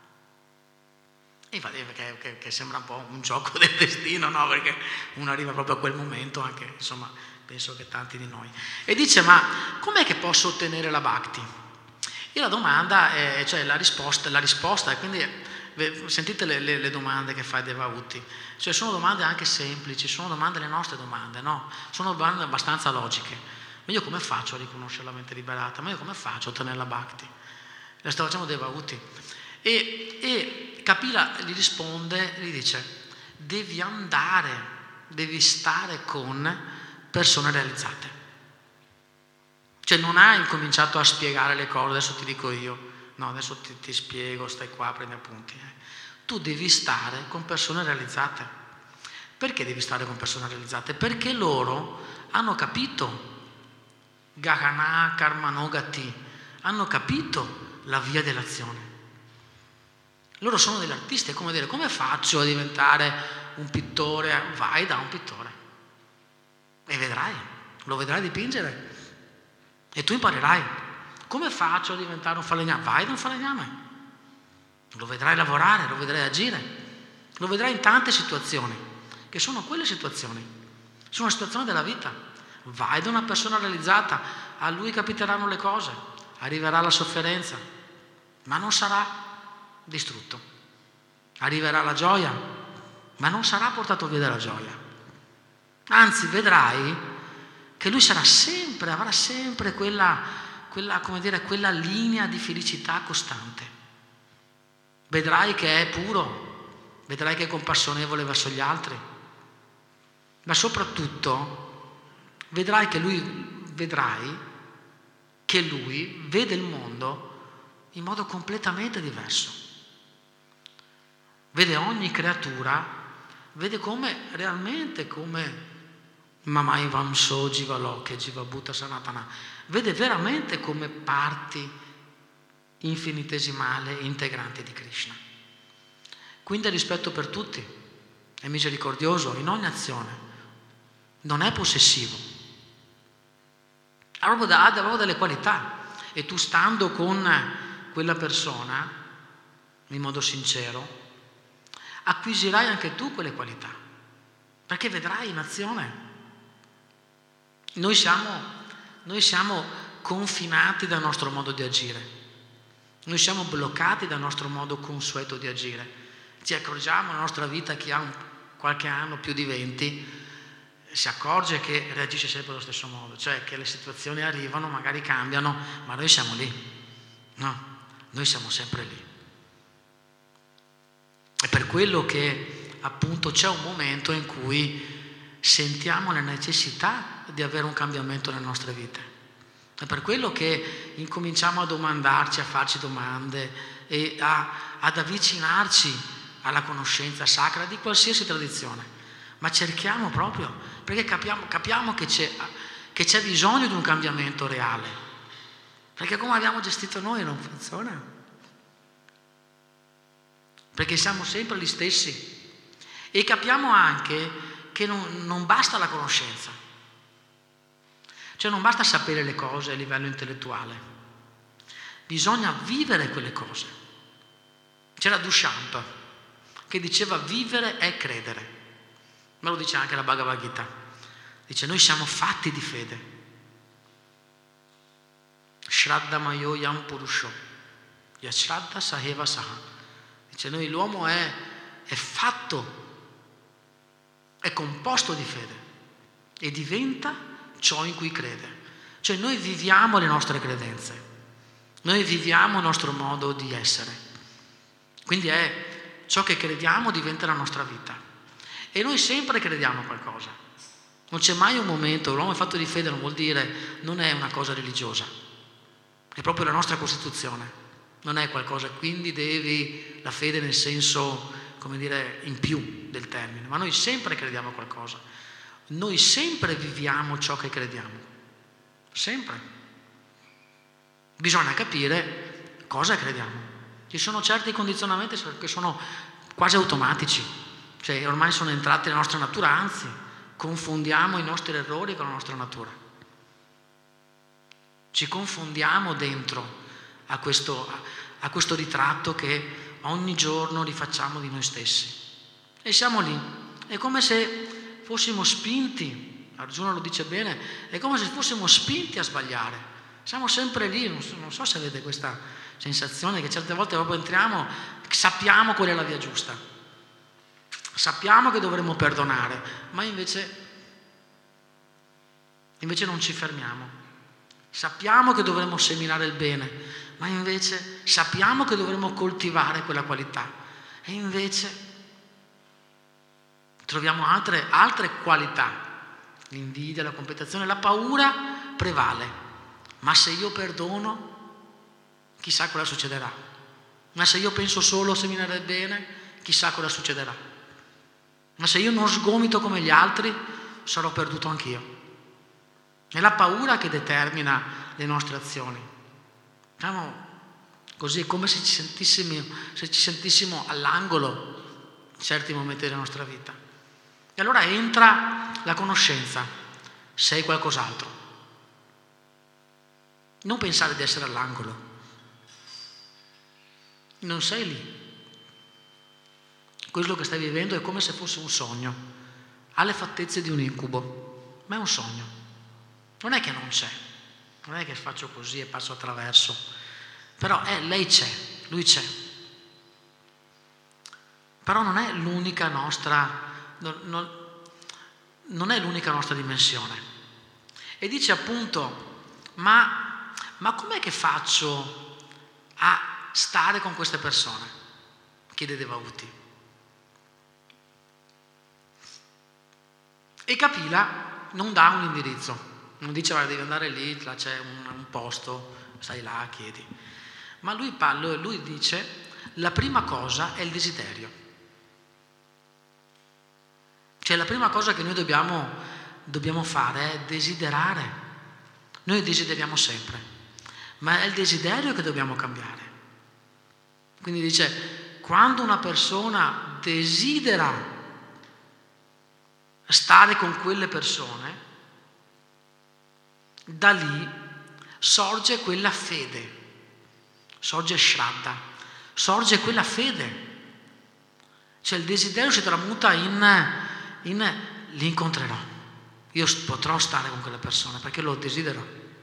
E infatti che, che, che sembra un po' un gioco del destino, no? Perché uno arriva proprio a quel momento, anche, insomma, penso che tanti di noi. E dice: ma com'è che posso ottenere la bhakti? E la domanda, è, cioè la risposta, la risposta, e quindi sentite le, le, le domande che fa Devauti, cioè sono domande anche semplici, sono domande, le nostre domande, no? Sono domande abbastanza logiche. Ma io come faccio a riconoscere la mente liberata? Ma io come faccio a ottenere la bhakti? La sta facendo Devauti. E, e Kapila gli risponde, gli dice: devi andare, devi stare con persone realizzate. Cioè non hai incominciato a spiegare le cose, adesso ti dico io, no, adesso ti, ti spiego, stai qua, prendi appunti. Eh. Tu devi stare con persone realizzate. Perché devi stare con persone realizzate? Perché loro hanno capito Gahana Karmanogati, hanno capito la via dell'azione. Loro sono degli artisti, è come dire: come faccio a diventare un pittore? Vai da un pittore e vedrai, lo vedrai dipingere. E tu imparerai. Come faccio a diventare un falegname? Vai da un falegname. Lo vedrai lavorare, lo vedrai agire, lo vedrai in tante situazioni, che sono quelle situazioni, sono situazioni della vita. Vai da una persona realizzata, a lui capiteranno le cose, arriverà la sofferenza, ma non sarà distrutto. Arriverà la gioia, ma non sarà portato via dalla gioia. Anzi, vedrai che lui sarà sempre, avrà sempre quella, quella, come dire, quella linea di felicità costante. Vedrai che è puro, vedrai che è compassionevole verso gli altri, ma soprattutto vedrai che lui, vedrai che lui vede il mondo in modo completamente diverso. Vede ogni creatura, vede come realmente come Mamai Vamso Jivalokya Jiva Bhutta Sanatana, vede veramente come parti infinitesimali e integranti di Krishna. Quindi è rispetto per tutti, è misericordioso in ogni azione, non è possessivo, ha proprio, da, ha proprio delle qualità, e tu stando con quella persona in modo sincero acquisirai anche tu quelle qualità, perché vedrai in azione. Noi siamo, noi siamo confinati dal nostro modo di agire, noi siamo bloccati dal nostro modo consueto di agire. Ci accorgiamo nella nostra vita, chi ha un, qualche anno più di venti si accorge che reagisce sempre allo stesso modo, cioè che le situazioni arrivano, magari cambiano, ma noi siamo lì, no, noi siamo sempre lì. È per quello che appunto c'è un momento in cui sentiamo la necessità di avere un cambiamento nelle nostre vite. È per quello che incominciamo a domandarci, a farci domande e a, ad avvicinarci alla conoscenza sacra di qualsiasi tradizione, ma cerchiamo proprio, perché capiamo, capiamo che, c'è, che c'è bisogno di un cambiamento reale, perché come abbiamo gestito noi non funziona, perché siamo sempre gli stessi, e capiamo anche che non, non basta la conoscenza, cioè non basta sapere le cose a livello intellettuale, bisogna vivere quelle cose. C'era Duchamp che diceva vivere è credere, me lo dice anche la Bhagavad Gita, dice noi siamo fatti di fede. Shraddha Mayo Yam Purusho Yashraddha Saheva Saha, dice noi l'uomo è, è fatto, è composto di fede e diventa ciò in cui crede, cioè noi viviamo le nostre credenze, noi viviamo il nostro modo di essere, quindi è ciò che crediamo diventa la nostra vita, e noi sempre crediamo qualcosa, non c'è mai un momento, l'uomo è fatto di fede non vuol dire, non è una cosa religiosa, è proprio la nostra Costituzione, non è qualcosa, quindi devi la fede nel senso, come dire, in più del termine, ma noi sempre crediamo qualcosa, noi sempre viviamo ciò che crediamo, sempre. Bisogna capire cosa crediamo. Ci sono certi condizionamenti che sono quasi automatici, cioè ormai sono entrati nella nostra natura, anzi confondiamo i nostri errori con la nostra natura, ci confondiamo dentro a questo, a questo ritratto che ogni giorno rifacciamo di noi stessi e siamo lì, è come se fossimo spinti, Arjuna lo dice bene, è come se fossimo spinti a sbagliare, siamo sempre lì, non so, non so se avete questa sensazione che certe volte proprio entriamo, sappiamo qual è la via giusta, sappiamo che dovremmo perdonare, ma invece, invece non ci fermiamo, sappiamo che dovremmo seminare il bene, ma invece sappiamo che dovremmo coltivare quella qualità e invece troviamo altre, altre qualità, l'invidia, la competizione, la paura prevale, ma se io perdono chissà cosa succederà, ma se io penso solo a seminare il bene chissà cosa succederà, ma se io non sgomito come gli altri sarò perduto anch'io. È la paura che determina le nostre azioni. Diciamo così, è come se ci sentissimo, se ci sentissimo all'angolo in certi momenti della nostra vita. E allora entra la conoscenza, sei qualcos'altro. Non pensare di essere all'angolo, non sei lì. Quello che stai vivendo è come se fosse un sogno, ha le fattezze di un incubo, ma è un sogno. Non è che non c'è, non è che faccio così e passo attraverso, però è, lei c'è, lui c'è. Però non è l'unica nostra, non, non, non è l'unica nostra dimensione. E dice appunto, ma, ma com'è che faccio a stare con queste persone? Chiede Devahuti. E Kapila non dà un indirizzo, non dice guarda, devi andare lì, là c'è un, un posto, stai là, chiedi. Ma lui, parla, lui dice la prima cosa è il desiderio. Cioè la prima cosa che noi dobbiamo, dobbiamo fare è desiderare. Noi desideriamo sempre, ma è il desiderio che dobbiamo cambiare. Quindi dice, quando una persona desidera stare con quelle persone, da lì sorge quella fede, sorge Shraddha, sorge quella fede. Cioè il desiderio si tramuta in, in li incontrerò, io potrò stare con quelle persone perché lo desidero.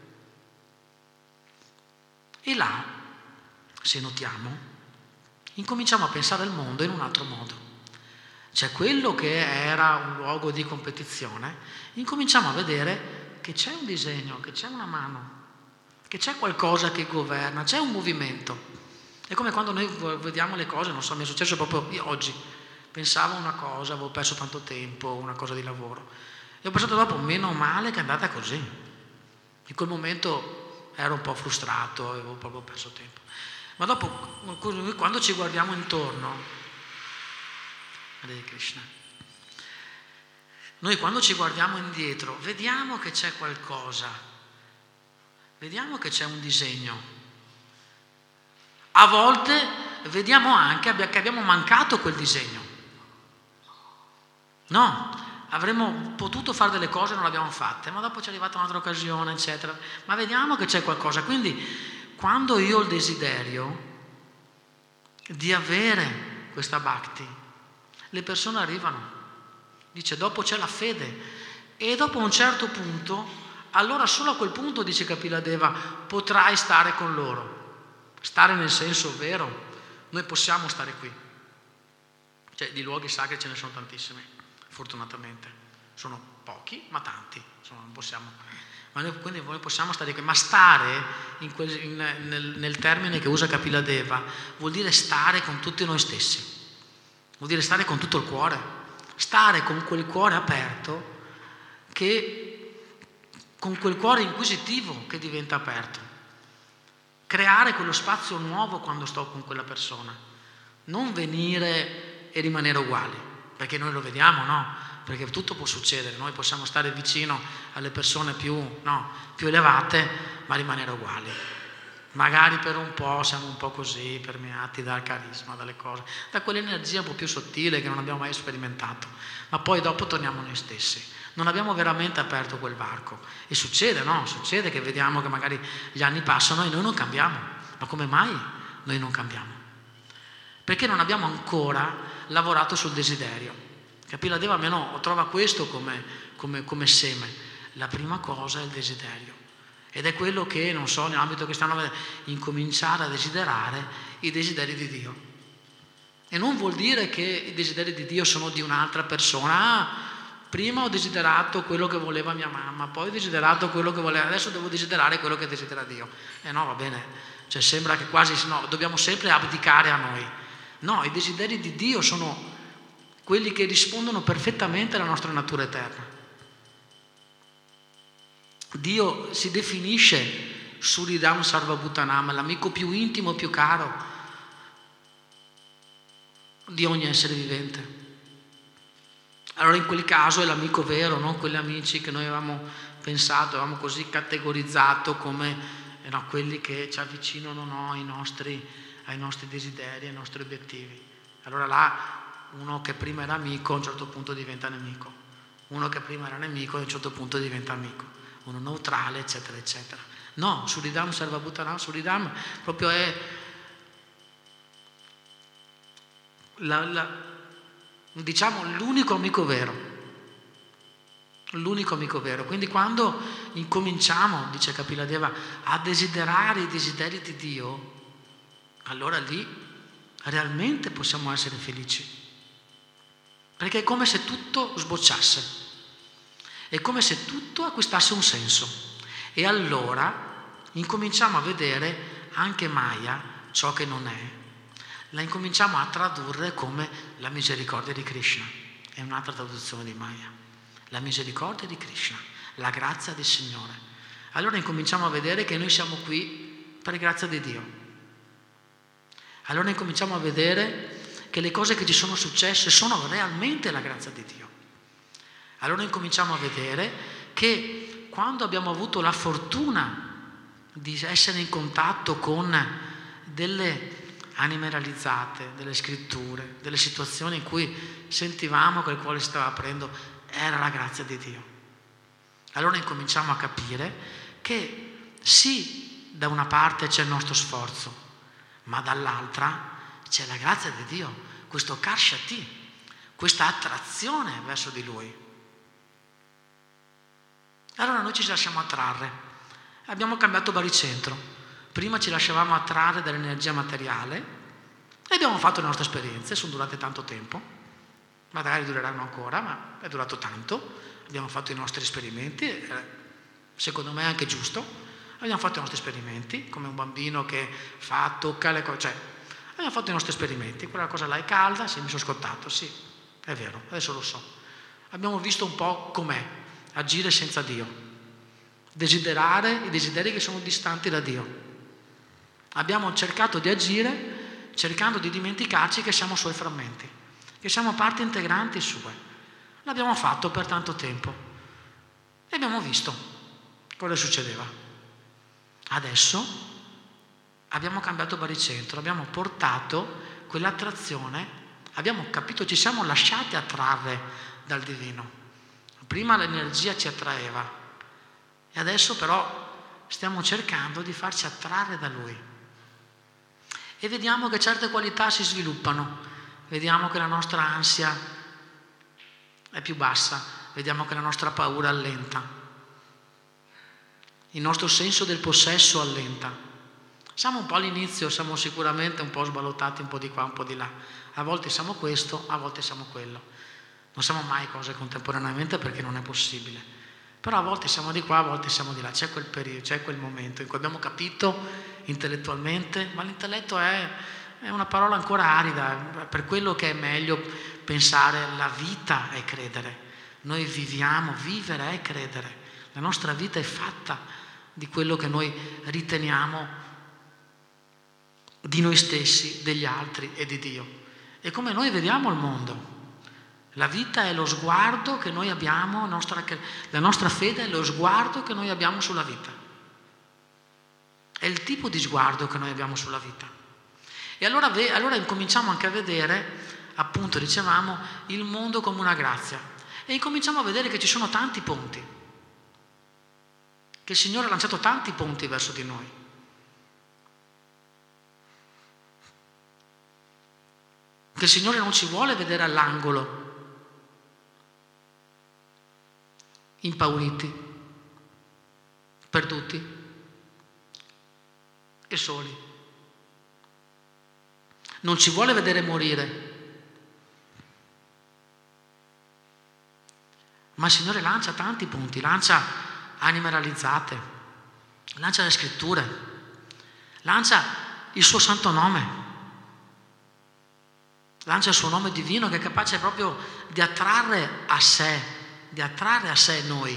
E là, se notiamo, incominciamo a pensare al mondo in un altro modo. Cioè quello che era un luogo di competizione, incominciamo a vedere che c'è un disegno, che c'è una mano, che c'è qualcosa che governa, c'è un movimento. È come quando noi vediamo le cose, non so, mi è successo proprio io oggi, pensavo una cosa, avevo perso tanto tempo, una cosa di lavoro, e ho pensato dopo, meno male che è andata così. In quel momento ero un po' frustrato, avevo proprio perso tempo. Ma dopo, quando ci guardiamo intorno, Hare Krishna, noi quando ci guardiamo indietro, vediamo che c'è qualcosa, vediamo che c'è un disegno. A volte vediamo anche che abbiamo mancato quel disegno. No, avremmo potuto fare delle cose e non le abbiamo fatte, ma dopo c'è arrivata un'altra occasione, eccetera. Ma vediamo che c'è qualcosa. Quindi, quando io ho il desiderio di avere questa bhakti, le persone arrivano. Dice, dopo c'è la fede. E dopo un certo punto, allora solo a quel punto, dice Kapila Deva, potrai stare con loro. Stare nel senso vero. Noi possiamo stare qui. Cioè, di luoghi sacri ce ne sono tantissimi, fortunatamente. Sono pochi, ma tanti. Insomma, non possiamo. Ma noi, quindi noi possiamo stare qui. Ma stare, in quel, in, nel, nel termine che usa Kapila Deva, vuol dire stare con tutti noi stessi. Vuol dire stare con tutto il cuore. Stare con quel cuore aperto, che, con quel cuore inquisitivo che diventa aperto. Creare quello spazio nuovo quando sto con quella persona. Non venire e rimanere uguali, perché noi lo vediamo, no? Perché tutto può succedere, noi possiamo stare vicino alle persone più, no, più elevate, ma rimanere uguali. Magari per un po' siamo un po' così, permeati dal carisma, dalle cose, da quell'energia un po' più sottile che non abbiamo mai sperimentato, ma poi dopo torniamo noi stessi. Non abbiamo veramente aperto quel varco. E succede, no? Succede che vediamo che magari gli anni passano e noi non cambiamo. Ma come mai noi non cambiamo? Perché non abbiamo ancora lavorato sul desiderio. Kapila Deva almeno trova questo come, come, come seme. La prima cosa è il desiderio. Ed è quello che, non so, nell'ambito che stanno vedendo, incominciare a desiderare i desideri di Dio. E non vuol dire che i desideri di Dio sono di un'altra persona. Ah, prima ho desiderato quello che voleva mia mamma, poi ho desiderato quello che voleva, adesso devo desiderare quello che desidera Dio. E eh no, va bene, cioè sembra che quasi, no, dobbiamo sempre abdicare a noi. No, i desideri di Dio sono quelli che rispondono perfettamente alla nostra natura eterna. Dio si definisce Suridam Sarvabhutanam, l'amico più intimo e più caro di ogni essere vivente. Allora in quel caso è l'amico vero, non quegli amici che noi avevamo pensato, avevamo così categorizzato come eh no, quelli che ci avvicinano no, ai, nostri, ai nostri desideri, ai nostri obiettivi. Allora là uno che prima era amico a un certo punto diventa nemico, uno che prima era nemico a un certo punto diventa amico, uno neutrale, eccetera, eccetera. No, Suridam Sarvabhutanam, Suridam proprio è la, la, diciamo l'unico amico vero, l'unico amico vero. Quindi quando incominciamo, dice Kapila Deva, a desiderare i desideri di Dio, allora lì realmente possiamo essere felici, perché è come se tutto sbocciasse. È come se tutto acquistasse un senso e allora incominciamo a vedere anche Maya, ciò che non è, la incominciamo a tradurre come la misericordia di Krishna. È un'altra traduzione di Maya. la misericordia di Krishna, la grazia del Signore. Allora incominciamo a vedere che noi siamo qui per grazia di Dio. Allora incominciamo a vedere che le cose che ci sono successe sono realmente la grazia di Dio. Allora incominciamo a vedere che quando abbiamo avuto la fortuna di essere in contatto con delle anime realizzate, delle scritture, delle situazioni in cui sentivamo che il cuore si stava aprendo, era la grazia di Dio. Allora incominciamo a capire che sì, da una parte c'è il nostro sforzo, ma dall'altra c'è la grazia di Dio, questo karshati, questa attrazione verso di Lui. Allora noi ci lasciamo attrarre, abbiamo cambiato baricentro, prima ci lasciavamo attrarre dall'energia materiale e abbiamo fatto le nostre esperienze, sono durate tanto tempo, magari dureranno ancora, ma è durato tanto, abbiamo fatto i nostri esperimenti, secondo me è anche giusto, abbiamo fatto i nostri esperimenti, come un bambino che fa, tocca le cose, cioè abbiamo fatto i nostri esperimenti, quella cosa là è calda, sì, mi sono scottato, sì, è vero, adesso lo so. Abbiamo visto un po' com'è agire senza Dio, desiderare i desideri che sono distanti da Dio. Abbiamo cercato di agire cercando di dimenticarci che siamo Suoi frammenti, che siamo parti integranti sue. L'abbiamo fatto per tanto tempo e abbiamo visto cosa succedeva. Adesso abbiamo cambiato baricentro, abbiamo portato quell'attrazione, abbiamo capito, ci siamo lasciati attrarre dal divino. Prima l'energia ci attraeva e adesso però stiamo cercando di farci attrarre da Lui. E vediamo che certe qualità si sviluppano, vediamo che la nostra ansia è più bassa, vediamo che la nostra paura allenta, il nostro senso del possesso allenta. Siamo un po' all'inizio, siamo sicuramente un po' sballottati, un po' di qua, un po' di là. A volte siamo questo, a volte siamo quello. Non siamo mai cose contemporaneamente perché non è possibile. Però a volte siamo di qua, a volte siamo di là. C'è quel periodo, c'è quel momento in cui abbiamo capito intellettualmente, ma l'intelletto è, è una parola ancora arida, per quello che è meglio pensare la vita è credere. Noi viviamo, vivere è credere. La nostra vita è fatta di quello che noi riteniamo di noi stessi, degli altri e di Dio. E come noi vediamo il mondo. La vita è lo sguardo che noi abbiamo, nostra, la nostra fede è lo sguardo che noi abbiamo sulla vita. È il tipo di sguardo che noi abbiamo sulla vita. E allora, allora incominciamo anche a vedere, appunto dicevamo, il mondo come una grazia. E incominciamo a vedere che ci sono tanti ponti. Che il Signore ha lanciato tanti ponti verso di noi. Che il Signore non ci vuole vedere all'angolo, impauriti, perduti e soli. Non ci vuole vedere morire, ma il Signore lancia tanti punti, lancia anime realizzate, lancia le scritture, lancia il suo santo nome, lancia il suo nome divino che è capace proprio di attrarre a sé di attrarre a sé noi,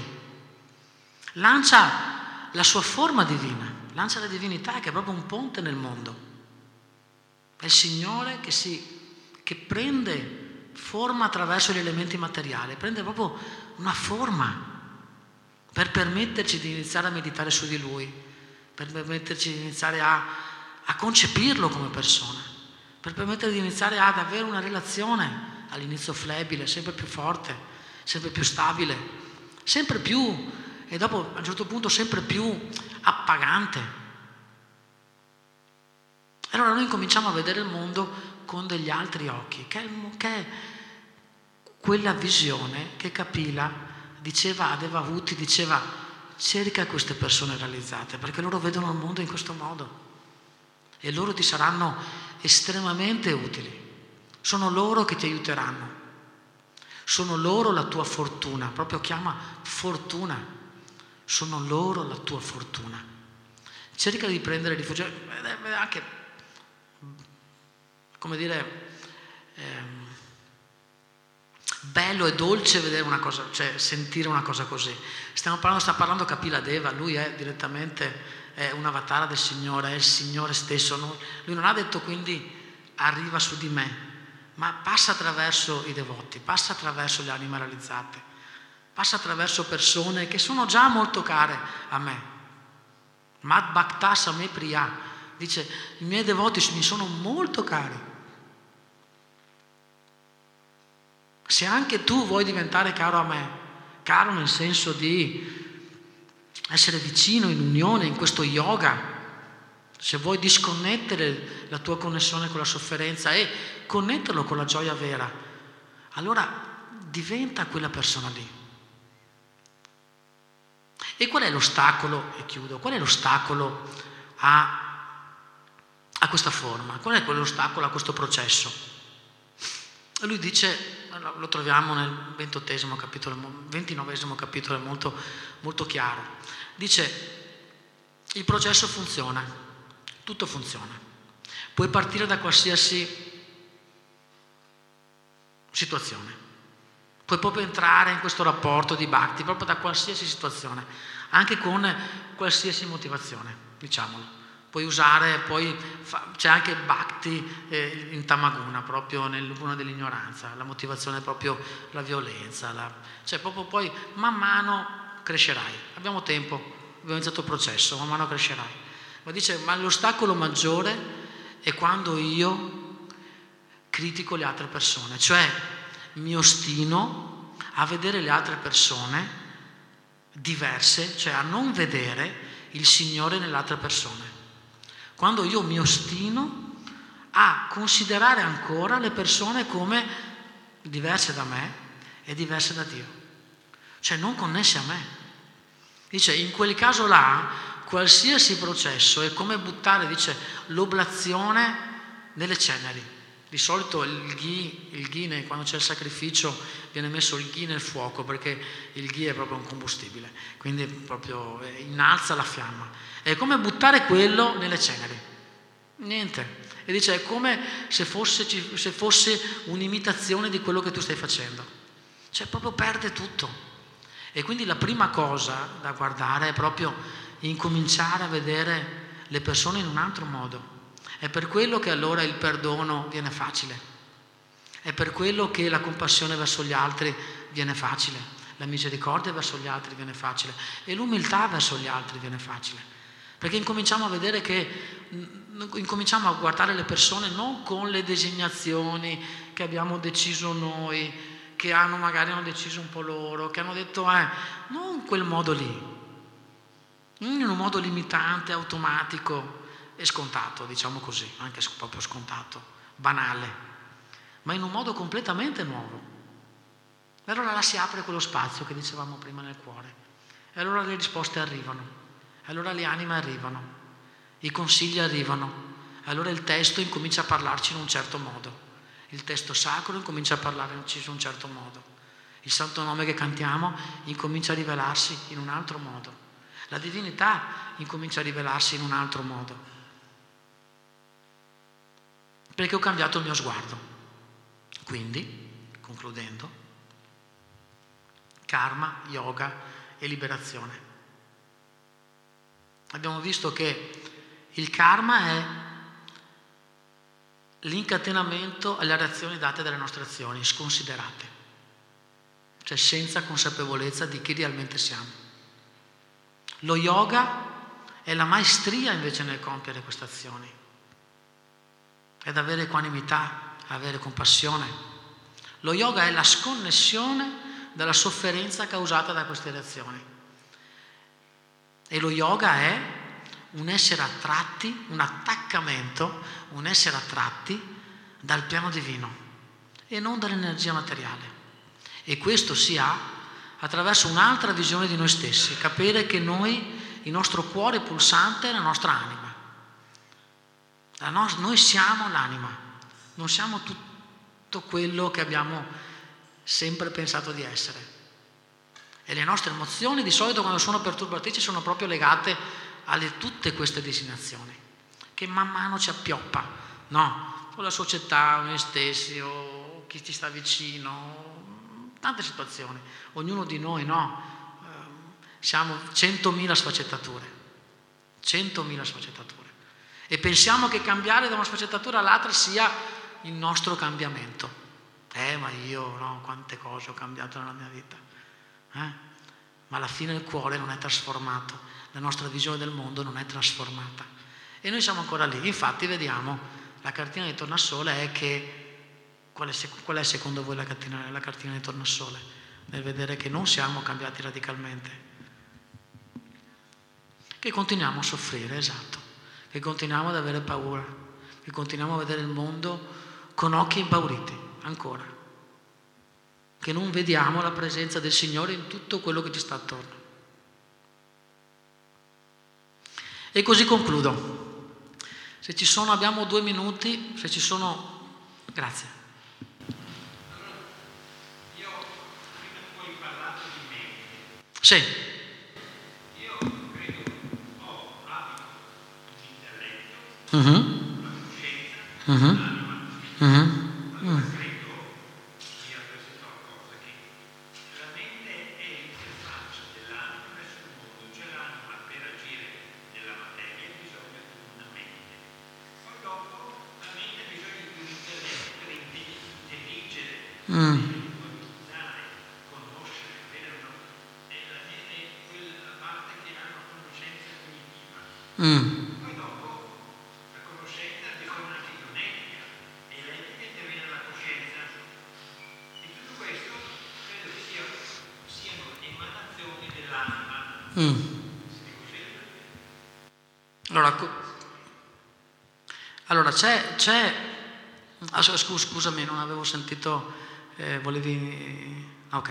lancia la sua forma divina, lancia la divinità che è proprio un ponte nel mondo. È il Signore che, si, che prende forma attraverso gli elementi materiali, prende proprio una forma per permetterci di iniziare a meditare su di Lui, per permetterci di iniziare a, a concepirlo come persona, per permetterci di iniziare ad avere una relazione all'inizio flebile, sempre più forte, sempre più stabile, sempre più, e dopo a un certo punto sempre più appagante. Allora noi cominciamo a vedere il mondo con degli altri occhi, che è, che è quella visione che Kapila diceva, aveva avuti, diceva, cerca queste persone realizzate, perché loro vedono il mondo in questo modo e loro ti saranno estremamente utili, sono loro che ti aiuteranno. Sono loro la tua fortuna, proprio chiama fortuna, sono loro la tua fortuna. Cerca di prendere rifugio, è anche, come dire, ehm, bello e dolce vedere una cosa, cioè sentire una cosa così. Stiamo parlando, sta parlando Kapila Deva, lui è direttamente è un avatara del Signore, è il Signore stesso. Non, lui non ha detto quindi arriva su di me, ma passa attraverso i devoti, passa attraverso le anime realizzate, passa attraverso persone che sono già molto care a me. Mad Bhakta Same Priya dice: i miei devoti mi sono molto cari. Se anche tu vuoi diventare caro a me, caro nel senso di essere vicino, in unione, in questo yoga, se vuoi disconnettere la tua connessione con la sofferenza e connetterlo con la gioia vera, allora diventa quella persona lì. E qual è l'ostacolo? E chiudo. Qual è l'ostacolo a, a questa forma? Qual è l'ostacolo a questo processo? E lui dice, lo troviamo nel ventottesimo capitolo, ventinovesimo capitolo, è molto, molto chiaro. Dice: il processo funziona, tutto funziona. Puoi partire da qualsiasi situazione. Puoi proprio entrare in questo rapporto di bhakti, proprio da qualsiasi situazione, anche con qualsiasi motivazione, diciamolo. Puoi usare, poi fa, c'è anche il bhakti eh, in Tamaguna, proprio nel luna dell'ignoranza, la motivazione è proprio la violenza, la, cioè proprio poi man mano crescerai. Abbiamo tempo, abbiamo iniziato il processo, man mano crescerai. Ma dice, ma l'ostacolo maggiore è quando io critico le altre persone, cioè mi ostino a vedere le altre persone diverse, cioè a non vedere il Signore nelle altre persone. Quando io mi ostino a considerare ancora le persone come diverse da me e diverse da Dio, cioè non connesse a me. Dice, in quel caso là, qualsiasi processo è come buttare, dice, l'oblazione nelle ceneri. Di solito il ghee, il ghee, quando c'è il sacrificio, viene messo il ghee nel fuoco, perché il ghee è proprio un combustibile, quindi proprio innalza la fiamma. È come buttare quello nelle ceneri, niente. E dice, è come se fosse, se fosse un'imitazione di quello che tu stai facendo, cioè proprio perde tutto. E quindi la prima cosa da guardare è proprio incominciare a vedere le persone in un altro modo. È per quello che allora il perdono viene facile, è per quello che la compassione verso gli altri viene facile, la misericordia verso gli altri viene facile e l'umiltà verso gli altri viene facile, perché incominciamo a vedere che, incominciamo a guardare le persone non con le designazioni che abbiamo deciso noi, che hanno magari hanno deciso un po' loro, che hanno detto eh, non in quel modo lì, in un modo limitante, automatico e scontato, diciamo così, anche proprio scontato, banale, ma in un modo completamente nuovo. E allora là si apre quello spazio che dicevamo prima nel cuore, e allora le risposte arrivano, e allora le anime arrivano, i consigli arrivano, e allora il testo incomincia a parlarci in un certo modo, il testo sacro incomincia a parlarci in un certo modo, il santo nome che cantiamo incomincia a rivelarsi in un altro modo, la divinità incomincia a rivelarsi in un altro modo, perché ho cambiato il mio sguardo. Quindi, concludendo, karma, yoga e liberazione. Abbiamo visto che il karma è l'incatenamento alle reazioni date dalle nostre azioni, sconsiderate, cioè senza consapevolezza di chi realmente siamo. Lo yoga è la maestria invece nel compiere queste azioni, ed avere equanimità, avere compassione. Lo yoga è la sconnessione dalla sofferenza causata da queste reazioni. E lo yoga è un essere attratti, un attaccamento, un essere attratti dal piano divino e non dall'energia materiale. E questo si ha attraverso un'altra visione di noi stessi, capire che noi, il nostro cuore pulsante è la nostra anima. La no- noi siamo l'anima, non siamo tutto quello che abbiamo sempre pensato di essere. E le nostre emozioni di solito quando sono perturbatrici sono proprio legate a tutte queste designazioni che man mano ci appioppa, no? O la società, o noi stessi, o chi ti sta vicino, tante situazioni, ognuno di noi, no? Eh, siamo centomila sfaccettature, centomila sfaccettature. E pensiamo che cambiare da una sfaccettatura all'altra sia il nostro cambiamento. Eh, ma io, no, quante cose ho cambiato nella mia vita. Eh? Ma alla fine il cuore non è trasformato, la nostra visione del mondo non è trasformata. E noi siamo ancora lì. Infatti vediamo, la cartina di tornasole è che, qual è, qual è secondo voi la cartina, la cartina di tornasole? Nel vedere che non siamo cambiati radicalmente. Che continuiamo a soffrire, esatto. Che continuiamo ad avere paura, che continuiamo a vedere il mondo con occhi impauriti, ancora, che non vediamo la presenza del Signore in tutto quello che ci sta attorno. E così concludo. Se ci sono, abbiamo due minuti, se ci sono, grazie. Allora, io prima tu hai parlato di mente. Sì. Uh-huh. La coscienza, uh-huh. l'anima, uh-huh. allora credo sia questa cosa che la mente è l'interfaccia dell'anima verso il mondo, cioè l'anima per agire nella materia ha bisogno di una mente, poi dopo la mente ha bisogno di un intelletto per intelligere, Mm. valorizzare, conoscere, avere una, e la mente è quella parte che ha una conoscenza cognitiva. Mm. Mm. Allora, allora c'è, c'è ah, scus, scusami, non avevo sentito, eh, volevi, ok.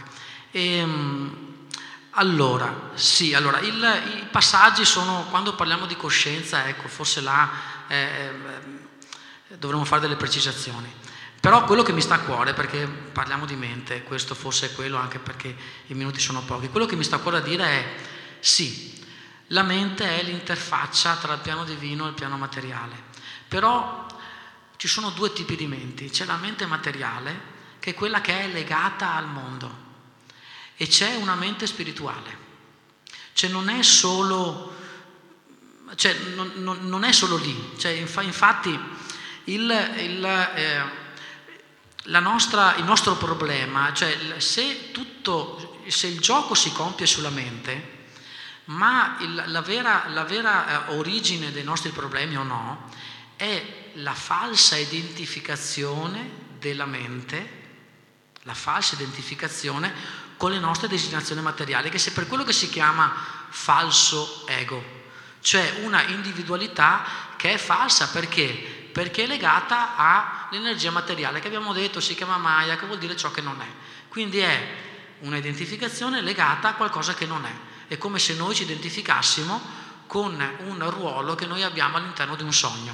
Ehm, allora, sì, allora, il, i passaggi sono, quando parliamo di coscienza, ecco, forse là eh, dovremmo fare delle precisazioni. Però quello che mi sta a cuore, perché parliamo di mente, questo forse è quello, anche perché i minuti sono pochi, quello che mi sta a cuore a dire è sì, la mente è l'interfaccia tra il piano divino e il piano materiale, però ci sono due tipi di menti. C'è la mente materiale, che è quella che è legata al mondo, e c'è una mente spirituale. Cioè non è solo, cioè non, non, non è solo lì, cioè, infatti il, il, eh, la nostra, il nostro problema, cioè se, tutto, se il gioco si compie sulla mente, ma il, la vera, la vera eh, origine dei nostri problemi o no è la falsa identificazione della mente, la falsa identificazione con le nostre designazioni materiali, che è per quello che si chiama falso ego, cioè una individualità che è falsa. Perché? Perché è legata all'energia materiale, che abbiamo detto si chiama Maya, che vuol dire ciò che non è. Quindi è una identificazione legata a qualcosa che non è. È come se noi ci identificassimo con un ruolo che noi abbiamo all'interno di un sogno.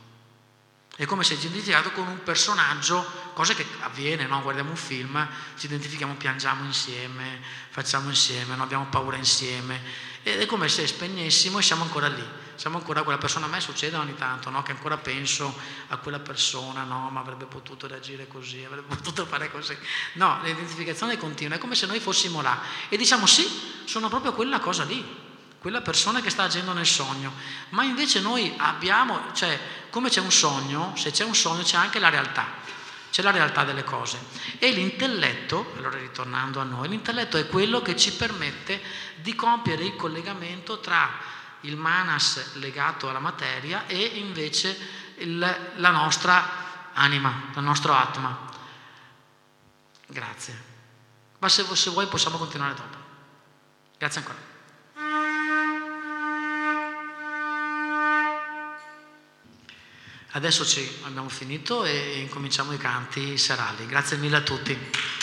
È come se ci identificato con un personaggio, cosa che avviene, no? Guardiamo un film, ci identifichiamo, piangiamo insieme, facciamo insieme, no? Abbiamo paura insieme. Ed è come se spegnessimo e siamo ancora lì. Siamo ancora quella persona. A me succede ogni tanto, no? Che ancora penso a quella persona, no? Ma avrebbe potuto reagire così, avrebbe potuto fare così. No, l'identificazione è continua, è come se noi fossimo là e diciamo sì, sono proprio quella cosa lì, quella persona che sta agendo nel sogno. Ma invece noi abbiamo, cioè, come c'è un sogno, se c'è un sogno c'è anche la realtà, c'è la realtà delle cose. E l'intelletto, allora ritornando a noi, l'intelletto è quello che ci permette di compiere il collegamento tra il manas legato alla materia e invece il, la nostra anima, il nostro atma. Grazie. Ma se, se vuoi possiamo continuare dopo. Grazie ancora. Adesso ci abbiamo finito e incominciamo i canti serali. Grazie mille a tutti.